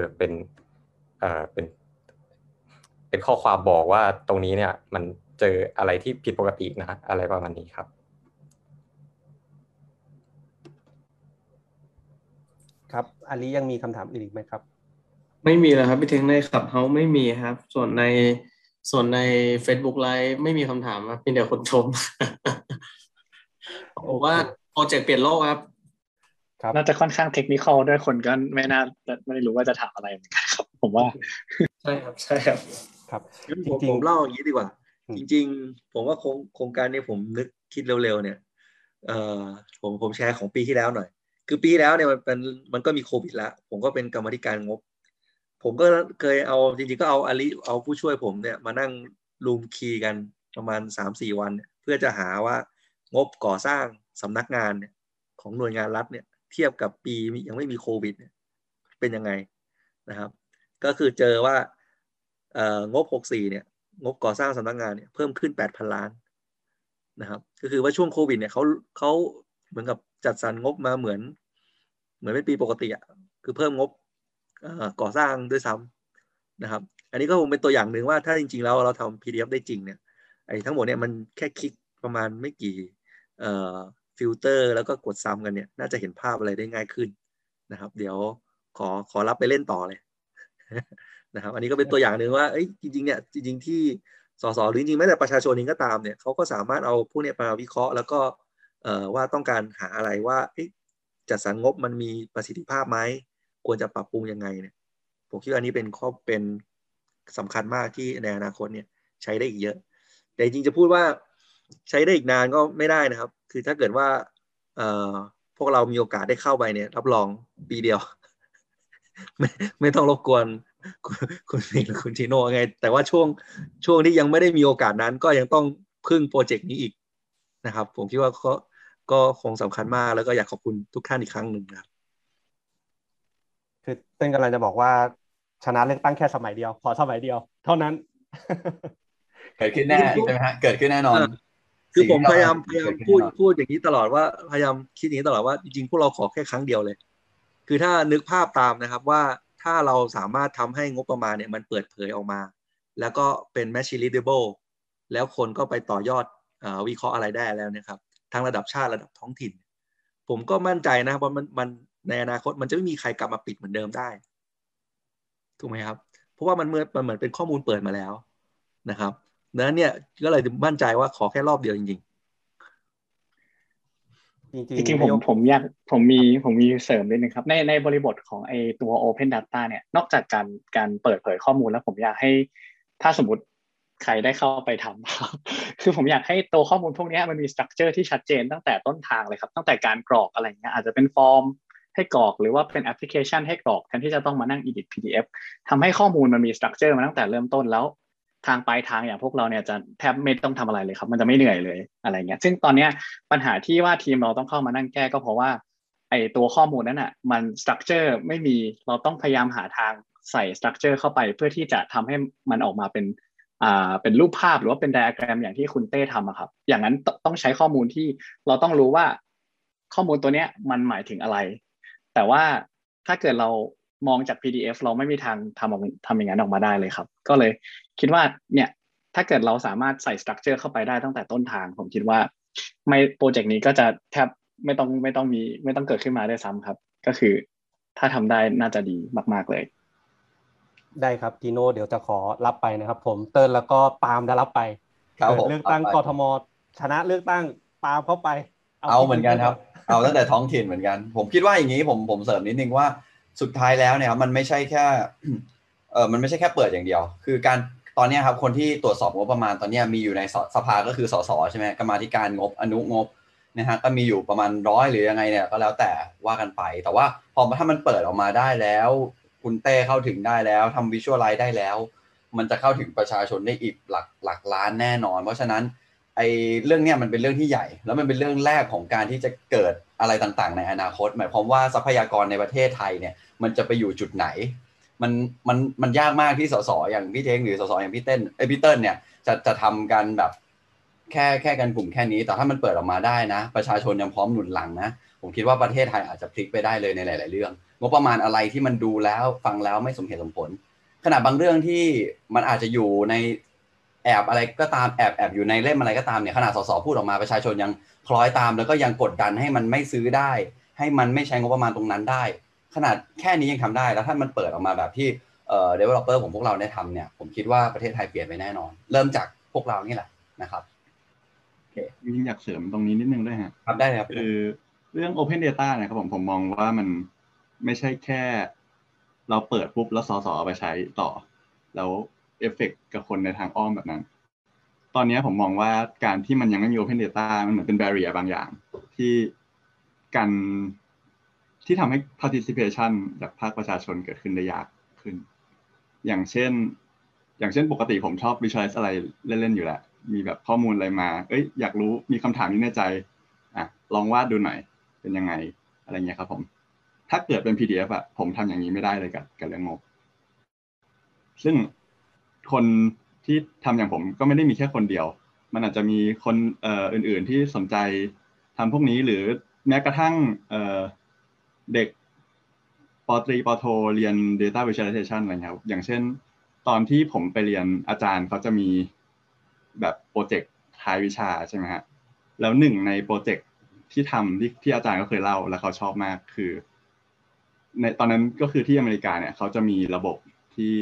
เป็นข้อความบอกว่าตรงนี้เนี่ยมันเจออะไรที่ผิดปกตินะอะไรประมาณนี้ครับ
ครับอลิยังมีคำถามอื่นอีกไหมครับ
ไม่มีแล้วครับพี่เทงในขับเฮาไม่มีครับส่วนในส่วนใน Facebook Live ไม่มีคำถามครับมีแต่คนชม ผมว่าโปรเจกต์เปลี่ยนโลกครับ
น่าจะค่อนข้างเทคนิคอลด้วยคนก็ไม่รู้ว่าจะถามอะไรเหมือนกันครับผมว่า
ใช่ครับใช่ครับ
ครับจ
ผม
ริง
ผมเล่าอย่างนี้ดีกว่า จริงๆ ผมว่าโครงการนี้ผมนึกคิดเร็วๆเนี่ยผมแชร์ของปีที่แล้วหน่อย คือปีที่แล้วเนี่ยมันก็มีโควิดแล้วผมก็เป็นกรรมาธิการงบ ผมก็เคยเอาจริงๆก็เอาผู้ช่วยผมเนี่ยมานั่งรูมคีย์กันประมาณ 3-4 วันเนี่ยเพื่อจะหาว่างบก่อสร้างสำนักงานเนี่ยของหน่วยงานรัฐเนี่ยเทียบกับปียังไม่มีโควิดเนี่ยเป็นยังไงนะครับ ก็คือเจอว่างบ64เนี่ยงบก่อสร้างสำนักงานเนี่ยเพิ่มขึ้น 8,000 ล้านนะครับก็คือว่าช่วงโควิดเนี่ยเขาเหมือนกับจัดสรรงบมาเหมือนเป็นปีปกติอ่ะคือเพิ่มงบก่อสร้างด้วยซ้ำนะครับอันนี้ก็คงเป็นตัวอย่างหนึ่งว่าถ้าจริงๆแล้วเราทำ PDF ได้จริงเนี่ยไอ้ทั้งหมดเนี่ยมันแค่คลิกประมาณไม่กี่ฟิลเตอร์แล้วก็กดซ้ำกันเนี่ยน่าจะเห็นภาพอะไรได้ง่ายขึ้นนะครับเดี๋ยวขอรับไปเล่นต่อเลย นะครับอันนี้ก็เป็นตัวอย่างหนึ่งว่าจริงๆเนี่ยจริงๆที่สสหรือจริงๆแม้แต่ประชาชนเองก็ตามเนี่ยเขาก็สามารถเอาพวกนี้มาวิเคราะห์แล้วก็ว่าต้องการหาอะไรว่าจัดสรรงบมันมีประสิทธิภาพไหมควรจะปรับปรุงยังไงเนี่ยผมคิดว่าอันนี้เป็นสำคัญมากที่ในอนาคตเนี่ยใช้ได้อีกเยอะแต่จริงๆจะพูดว่าใช้ได้อีกนานก็ไม่ได้นะครับคือถ้าเกิดว่าพวกเรามีโอกาสได้เข้าไปเนี่ยรับรองปีเดียว ไม่ต้องรบกวนคุณมิกหรือคุณทีโน่ไงแต่ว่าช่วงที่ยังไม่ได้มีโอกาสนั้นก็ยังต้องพึ่งโปรเจกต์นี้อีกนะครับผมคิดว่าก็คงสำคัญมากแล้วก็อยากขอบคุณทุกท่านอีกครั้งหนึ่งนะครับ
คือเต้นกำลังจะบอกว่าชนะเลือกตั้งแค่สมัยเดียวขอสมัยเดียวเท่านั้น
เกิดขึ้นแน่ใช่ไหมฮะเกิดขึ้นแน่นอน
คือผมพยายามพูดอย่างนี้ตลอดว่าพยายามคิดอย่างนี้ตลอดว่าจริงๆพวกเราขอแค่ครั้งเดียวเลยคือถ้านึกภาพตามนะครับว่าถ้าเราสามารถทำให้งบประมาณเนี่ยมันเปิดเผยออกมาแล้วก็เป็น machine readable แล้วคนก็ไปต่อยอดวิเคราะห์อะไรได้แล้วเนี่ยครับทั้งระดับชาติระดับท้องถิ่นผมก็มั่นใจนะว่ามันในอนาคตมันจะไม่มีใครกลับมาปิดเหมือนเดิมได้ถูกไหมครับเพราะว่ามันเหมือนเป็นข้อมูลเปิดมาแล้วนะครับดังนั้นเนี่ยก็เลยมั่นใจว่าขอแค่รอบเดียวจริง
ๆผมมีเสริมนิดนึงครับในบริบทของไอตัว Open Data เนี่ยนอกจากการเปิดเผยข้อมูลแล้วผมอยากให้ถ้าสมมติใครได้เข้าไปทำ คือผมอยากให้ตัวข้อมูลพวกนี้มันมีสตรัคเจอร์ที่ชัดเจนตั้งแต่ต้นทางเลยครับตั้งแต่การกรอกอะไรเงี้ยอาจจะเป็นฟอร์มให้กรอกหรือว่าเป็นแอปพลิเคชันให้กรอกแทนที่จะต้องมานั่ง edit PDF ทำให้ข้อมูลมันมีสตรัคเจอร์มาตั้งแต่เริ่มต้นแล้วทางปลายทางอย่างพวกเราเนี่ยจะแทบไม่ต้องทำอะไรเลยครับมันจะไม่เหนื่อยเลยอะไรเงี้ยซึ่งตอนนี้ปัญหาที่ว่าทีมเราต้องเข้ามานั่งแก้ก็เพราะว่าไอตัวข้อมูลนั้นอ่ะมันสตรัคเจอร์ไม่มีเราต้องพยายามหาทางใส่สตรัคเจอร์เข้าไปเพื่อที่จะทำให้มันออกมาเป็นรูปภาพหรือว่าเป็นไดอะแกรมอย่างที่คุณเต้ทำครับอย่างนั้นต้องใช้ข้อมูลที่เราต้องรู้ว่าข้อมูลตัวเนี้ยมันหมายถึงอะไรแต่ว่าถ้าเกิดเรามองจาก PDF เราไม่มีทางทำอย่างนั้นออกมาได้เลยครับก็เลยคิดว่าเนี่ยถ้าเกิดเราสามารถใส่สตรัคเจอร์เข้าไปได้ตั้งแต่ต้นทางผมคิดว่าไม่โปรเจกต์นี้ก็จะแทบไม่ต้องเกิดขึ้นมาด้วยซ้ำครับก็คือถ้าทำได้น่าจะดีมากๆเลย
ได้ครับทีโน่เดี๋ยวจะขอรับไปนะครับผมเติ้ลแล้วก็ปาล์มได้รับไปเลือกตั้งกทมชนะเลือกตั้งปาล์มเข้าไป
เอาเหมือนกันครับเอาตั้งแต่ท้องถิ่นเหมือนกันผมคิดว่าอย่างนี้ผมเสริมนิดนึงว่าสุดท้ายแล้วเนี่ยมันไม่ใช่แค่มันไม่ใช่แค่เปิดอย่างเดียวคือการตอนนี้ครับคนที่ตรวจสอบงบประมาณตอนนี้มีอยู่ในสภาก็คือสสใช่ไหมกรรมาธิการงบอนุงบนะฮะก็มีอยู่ประมาณ100หรือยังไงเนี่ยก็แล้วแต่ว่ากันไปแต่ว่าพอถ้ามันเปิดออกมาได้แล้วคุณเต้เข้าถึงได้แล้วทำวิชวลไลซ์ได้แล้วมันจะเข้าถึงประชาชนได้อีกหลักล้านแน่นอนเพราะฉะนั้นไอ้เรื่องเนี้ยมันเป็นเรื่องที่ใหญ่แล้วมันเป็นเรื่องแรกของการที่จะเกิดอะไรต่างๆในอนาคตหมายความว่าทรัพยากรในประเทศไทยเนี่ยมันจะไปอยู่จุดไหนมันยากมากที่สสอย่างพี่เท้งหรือสสอย่างพี่เติ้ลเนี่ยจะทำกันแบบแค่กันกลุ่มแค่นี้แต่ถ้ามันเปิดออกมาได้นะประชาชนยังพร้อมหนุนหลังนะผมคิดว่าประเทศไทยอาจจะพลิกไปได้เลยในหลายๆเรื่องงบประมาณอะไรที่มันดูแล้วฟังแล้วไม่สมเหตุสมผลขนาดบางเรื่องที่มันอาจจะอยู่ในแอบอะไรก็ตามแอบอยู่ในเล่มอะไรก็ตามเนี่ยขนาดสสพูดออกมาประชาชนยังคล้อยตามแล้วก็ยังกดดันให้มันไม่ซื้อได้ให้มันไม่ใช้งบประมาณตรงนั้นได้ขนาดแค่นี้ยังทำได้แล้วถ้ามันเปิดออกมาแบบที่ developer ของพวกเราได้ทำเนี่ยผมคิดว่าประเทศไทยเปลี่ยนไปแน่นอนเริ่มจากพวกเรานี่แหละนะครับโอเค
ยิ่งอยากเสริมตรงนี้นิดนึงด้วยฮะ
ครับได้ครับ
คือเรื่อง Open Data นะครับผมมองว่ามันไม่ใช่แค่เราเปิดปุ๊บแล้วสสเอาไปใช้ต่อแล้วเอฟเฟกต์กับคนในทางอ้อมแบบนั้นตอนนี้ผมมองว่าการที่มันยังไม่มี Open Data มันเหมือนเป็น barrier บางอย่างที่การที่ทำให้ participation จากภาคประชาชนเกิดขึ้นได้ยากขึ้นอย่างเช่นปกติผมชอบ visualize อะไรเล่นๆอยู่แล้วมีแบบข้อมูลอะไรมาอยากรู้มีคำถามนี้ในใจลองวาดดูหน่อยเป็นยังไงอะไรเงี้ยครับผมถ้าเกิดเป็น PDF ผมทำอย่างนี้ไม่ได้เลยกับเรื่องงบซึ่งคนที่ทำอย่างผมก็ไม่ได้มีแค่คนเดียวมันอาจจะมีคนอื่นๆที่สนใจทำพวกนี้หรือแม้กระทั่งเด็กป.ตรี ป.โทเรียน Data Visualization อะไรครับอย่างเช่นตอนที่ผมไปเรียนอาจารย์เขาจะมีแบบโปรเจกต์ท้ายวิชาใช่ไหมฮะแล้วหนึ่งในโปรเจกต์ที่ทำที่อาจารย์ก็เคยเล่าแล้วเขาชอบมากคือในตอนนั้นก็คือที่อเมริกาเนี่ยเขาจะมีระบบที่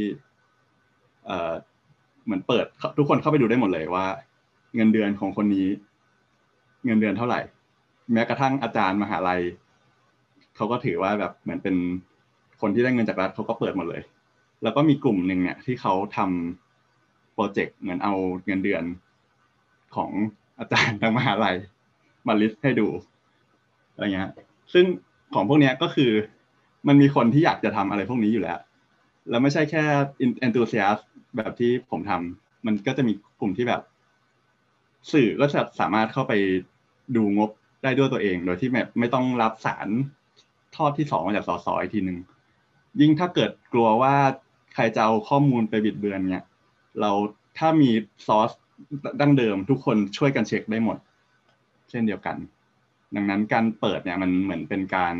เหมือนเปิดทุกคนเข้าไปดูได้หมดเลยว่าเงินเดือนของคนนี้เงินเดือนเท่าไหร่แม้กระทั่งอาจารย์มหาลัยเขาก็ถือว่าแบบเหมือนเป็นคนที่ได้เงินจากรัฐเขาก็เปิดหมดเลยแล้วก็มีกลุ่มหนึ่งเนี่ยที่เขาทำโปรเจกต์เหมือนเอาเงินเดือนของอาจารย์ทางมหาลัยมาลิสต์ให้ดูอะไรเงี้ยซึ่งของพวกนี้ก็คือมันมีคนที่อยากจะทำอะไรพวกนี้อยู่แล้วแล้วไม่ใช่แค่ enthusiast แบบที่ผมทำมันก็จะมีกลุ่มที่แบบสื่อก็จะสามารถเข้าไปดูงบได้ด้วยตัวเองโดยที่แบบไม่ต้องรับสารทอดที่2มาจากสสอีกทีนึงยิ่งถ้าเกิดกลัวว่าใครจะเอาข้อมูลไปบิดเบือนเนี่ยเราถ้ามีซอสดั้งเดิมทุกคนช่วยกันเช็คได้หมดเช่นเดียวกันดังนั้นการเปิดเนี่ยมันเหมือนเป็นการ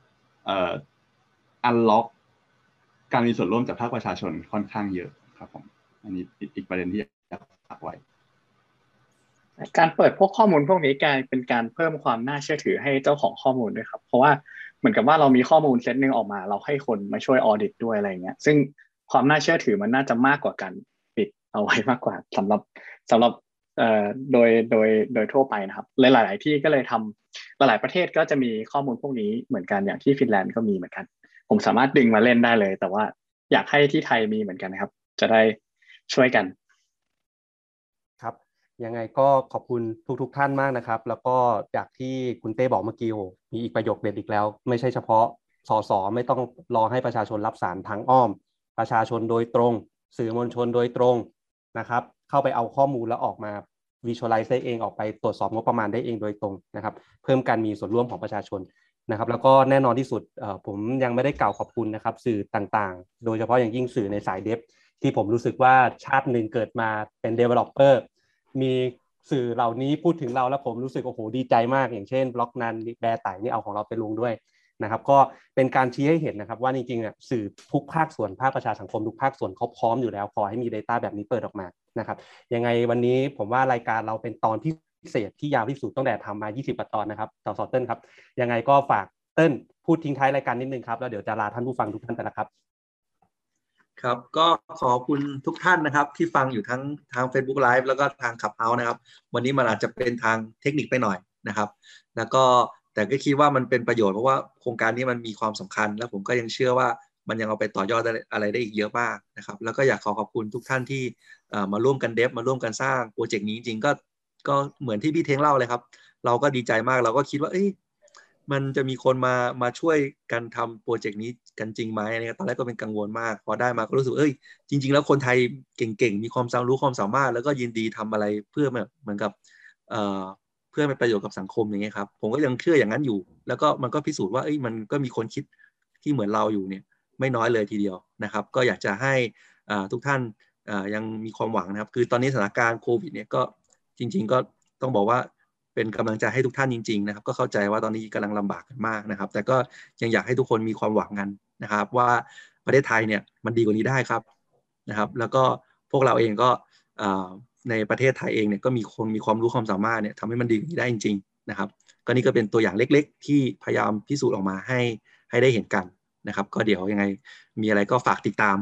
unlock การมีส่วนร่วมจากภาคประชาชนค่อนข้างเยอะครับผมอันนี้อีกประเด็นที่อยากฝากไว้
การเปิดพวกข้อมูลพวกนี้กลายเป็นการเพิ่มความน่าเชื่อถือให้เจ้าของข้อมูลด้วยครับเพราะว่าเหมือนกับว่าเรามีข้อมูลเซตนึงออกมาเราให้คนมาช่วยออดิตด้วยอะไรเงี้ยซึ่งความน่าเชื่อถือมันน่าจะมากกว่าการปิดเอาไว้มากกว่าสำหรับโดยทั่วไปนะครับหลายๆที่ก็เลยทำหลายๆประเทศก็จะมีข้อมูลพวกนี้เหมือนกันอย่างที่ฟินแลนด์ก็มีเหมือนกันผมสามารถดึงมาเล่นได้เลยแต่ว่าอยากให้ที่ไทยมีเหมือนกันนะครับจะได้ช่วยกัน
ครับยังไงก็ขอบคุณทุกท่านมากนะครับแล้วก็จากที่คุณเต้บอกเมื่อกี้มีอีกประโยคเด็ดอีกแล้วไม่ใช่เฉพาะสสไม่ต้องรอให้ประชาชนรับสารทางอ้อมประชาชนโดยตรงสื่อมวลชนโดยตรงนะครับเข้าไปเอาข้อมูลแล้วออกมา visualize ได้เองออกไปตรวจสอบงบประมาณได้เองโดยตรงนะครับเพิ่มการมีส่วนร่วมของประชาชนนะครับแล้วก็แน่นอนที่สุดผมยังไม่ได้กล่าวขอบคุณนะครับสื่อต่างๆโดยเฉพาะอย่างยิ่งสื่อในสายเดฟที่ผมรู้สึกว่าชาติหนึ่งเกิดมาเป็น developer มีสื่อเหล่านี้พูดถึงเราแล้วผมรู้สึกโอ้โหดีใจมากอย่างเช่นบล็อกนันแบร์ไต่นี่เอาของเราไปลงด้วยนะครับก็เป็นการชี้ให้เห็นนะครับว่าจริงๆสื่อทุกภาคส่วนภาคประชาสังคมทุกภาคส่วนเขาพร้อมอยู่แล้วขอให้มี data แบบนี้เปิดออกมานะครับยังไงวันนี้ผมว่ารายการเราเป็นตอนพิเศษที่ยาวที่สุดตั้งแต่ทำมา20กว่าตอนนะครับสสเติ้ลครับยังไงก็ฝากเติ้ลพูดทิ้งท้ายรายการนิดนึงครับแล้วเดี๋ยวจะลาท่านผู้ฟังทุกท่านไปแล้วครับ
ครับก็ขอบคุณทุกท่านนะครับที่ฟังอยู่ทั้งทาง Facebook Live แล้วก็ทาง Clubhouse นะครับวันนี้มันอาจจะเป็นทางเทคนิคไปหน่อยนะครับแล้วก็แต่ก็คิดว่ามันเป็นประโยชน์เพราะว่าโครงการนี้มันมีความสำคัญและผมก็ยังเชื่อว่ามันยังเอาไปต่อยอดอะไรได้อีกเยอะมากนะครับแล้วก็อยากขอบคุณทุกท่านที่มาร่วมกันเดฟมาร่วมกันสร้างโปรเจกต์นี้จริงๆก็เหมือนที่พี่เท้งเล่าเลยครับเราก็ดีใจมากเราก็คิดว่ามันจะมีคนมาช่วยกันทำโปรเจกต์นี้กันจริงไหมเนี่ยตอนแรกก็เป็นกังวลมากพอได้มาก็รู้สึกจริงๆแล้วคนไทยเก่งๆมีความรู้ความสามารถแล้วก็ยินดีทำอะไรเพื่อแบบเหมือนกับเพื่อเป็นประโยชน์กับสังคมอย่างเงี้ยครับผมก็ยังเชื่ออย่างนั้นอยู่แล้วก็มันก็พิสูจน์ว่ามันก็มีคนคิดที่เหมือนเราอยู่เนี่ยไม่น้อยเลยทีเดียวนะครับก็อยากจะให้ทุกท่านยังมีความหวังนะครับคือตอนนี้สถานการณ์โควิดเนี่ยก็จริงๆก็ต้องบอกว่าเป็นกำลังใจให้ทุกท่านจริงๆนะครับก็เข้าใจว่าตอนนี้กำลังลำบากกันมากนะครับแต่ก็ยังอยากให้ทุกคนมีความหวังกันนะครับว่าประเทศไทยเนี่ยมันดีกว่านี้ได้ครับนะครับแล้วก็พวกเราเองก็ในประเทศไทยเองเนี่ยก็มีคนมีความรู้ความสามารถเนี่ยทำให้มันดีกว่านี้ได้จริงๆนะครับก็นี่ก็เป็นตัวอย่างเล็กๆที่พยายามพิสูจน์ออกมาให้ได้เห็นกันนะครับก็เดี๋ยวยังไงมีอะไรก็ฝากติดตาม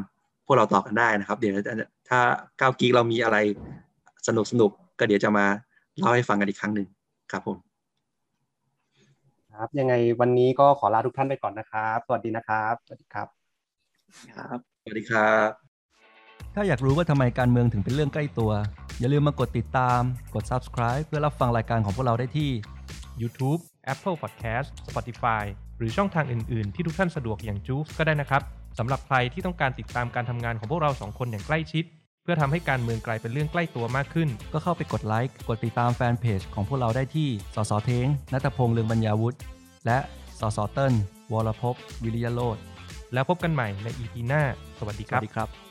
พวกเราต่อกันได้นะครับเดี๋ยวถ้า9 Geekเรามีอะไรสนุกก็เดี๋ยวจะมาเล่าให้ฟังกันอีกครั้งหนึ่งครับผม
ครับยังไงวันนี้ก็ขอลาทุกท่านไปก่อนนะครับสวัสดีนะครับสวัสดีครับ
สวัสดีครับ
ถ้าอยากรู้ว่าทำไมการเมืองถึงเป็นเรื่องใกล้ตัวอย่าลืมมากดติดตามกด Subscribe เพื่อรับฟังรายการของพวกเราได้ที่
YouTube Apple Podcast Spotify หรือช่องทางอื่นๆที่ทุกท่านสะดวกอย่างจู๊กก็ได้นะครับสำหรับใครที่ต้องการติดตามการทำงานของพวกเรา2คนอย่างใกล้ชิดเพื่อทำให้การเมืองกลายเป็นเรื่องใกล้ตัวมากขึ้น
ก็เข้าไปกดไลค์กดติดตามแฟนเพจของพวกเราได้ที่สสเท้งณัฐพงษ์ เรืองบรรยาวุฒิและสสเติ้ลวรภพ วิริยโรจน์
แล้วพบกันใหม่ใน EP หน้าสวัสดีครับ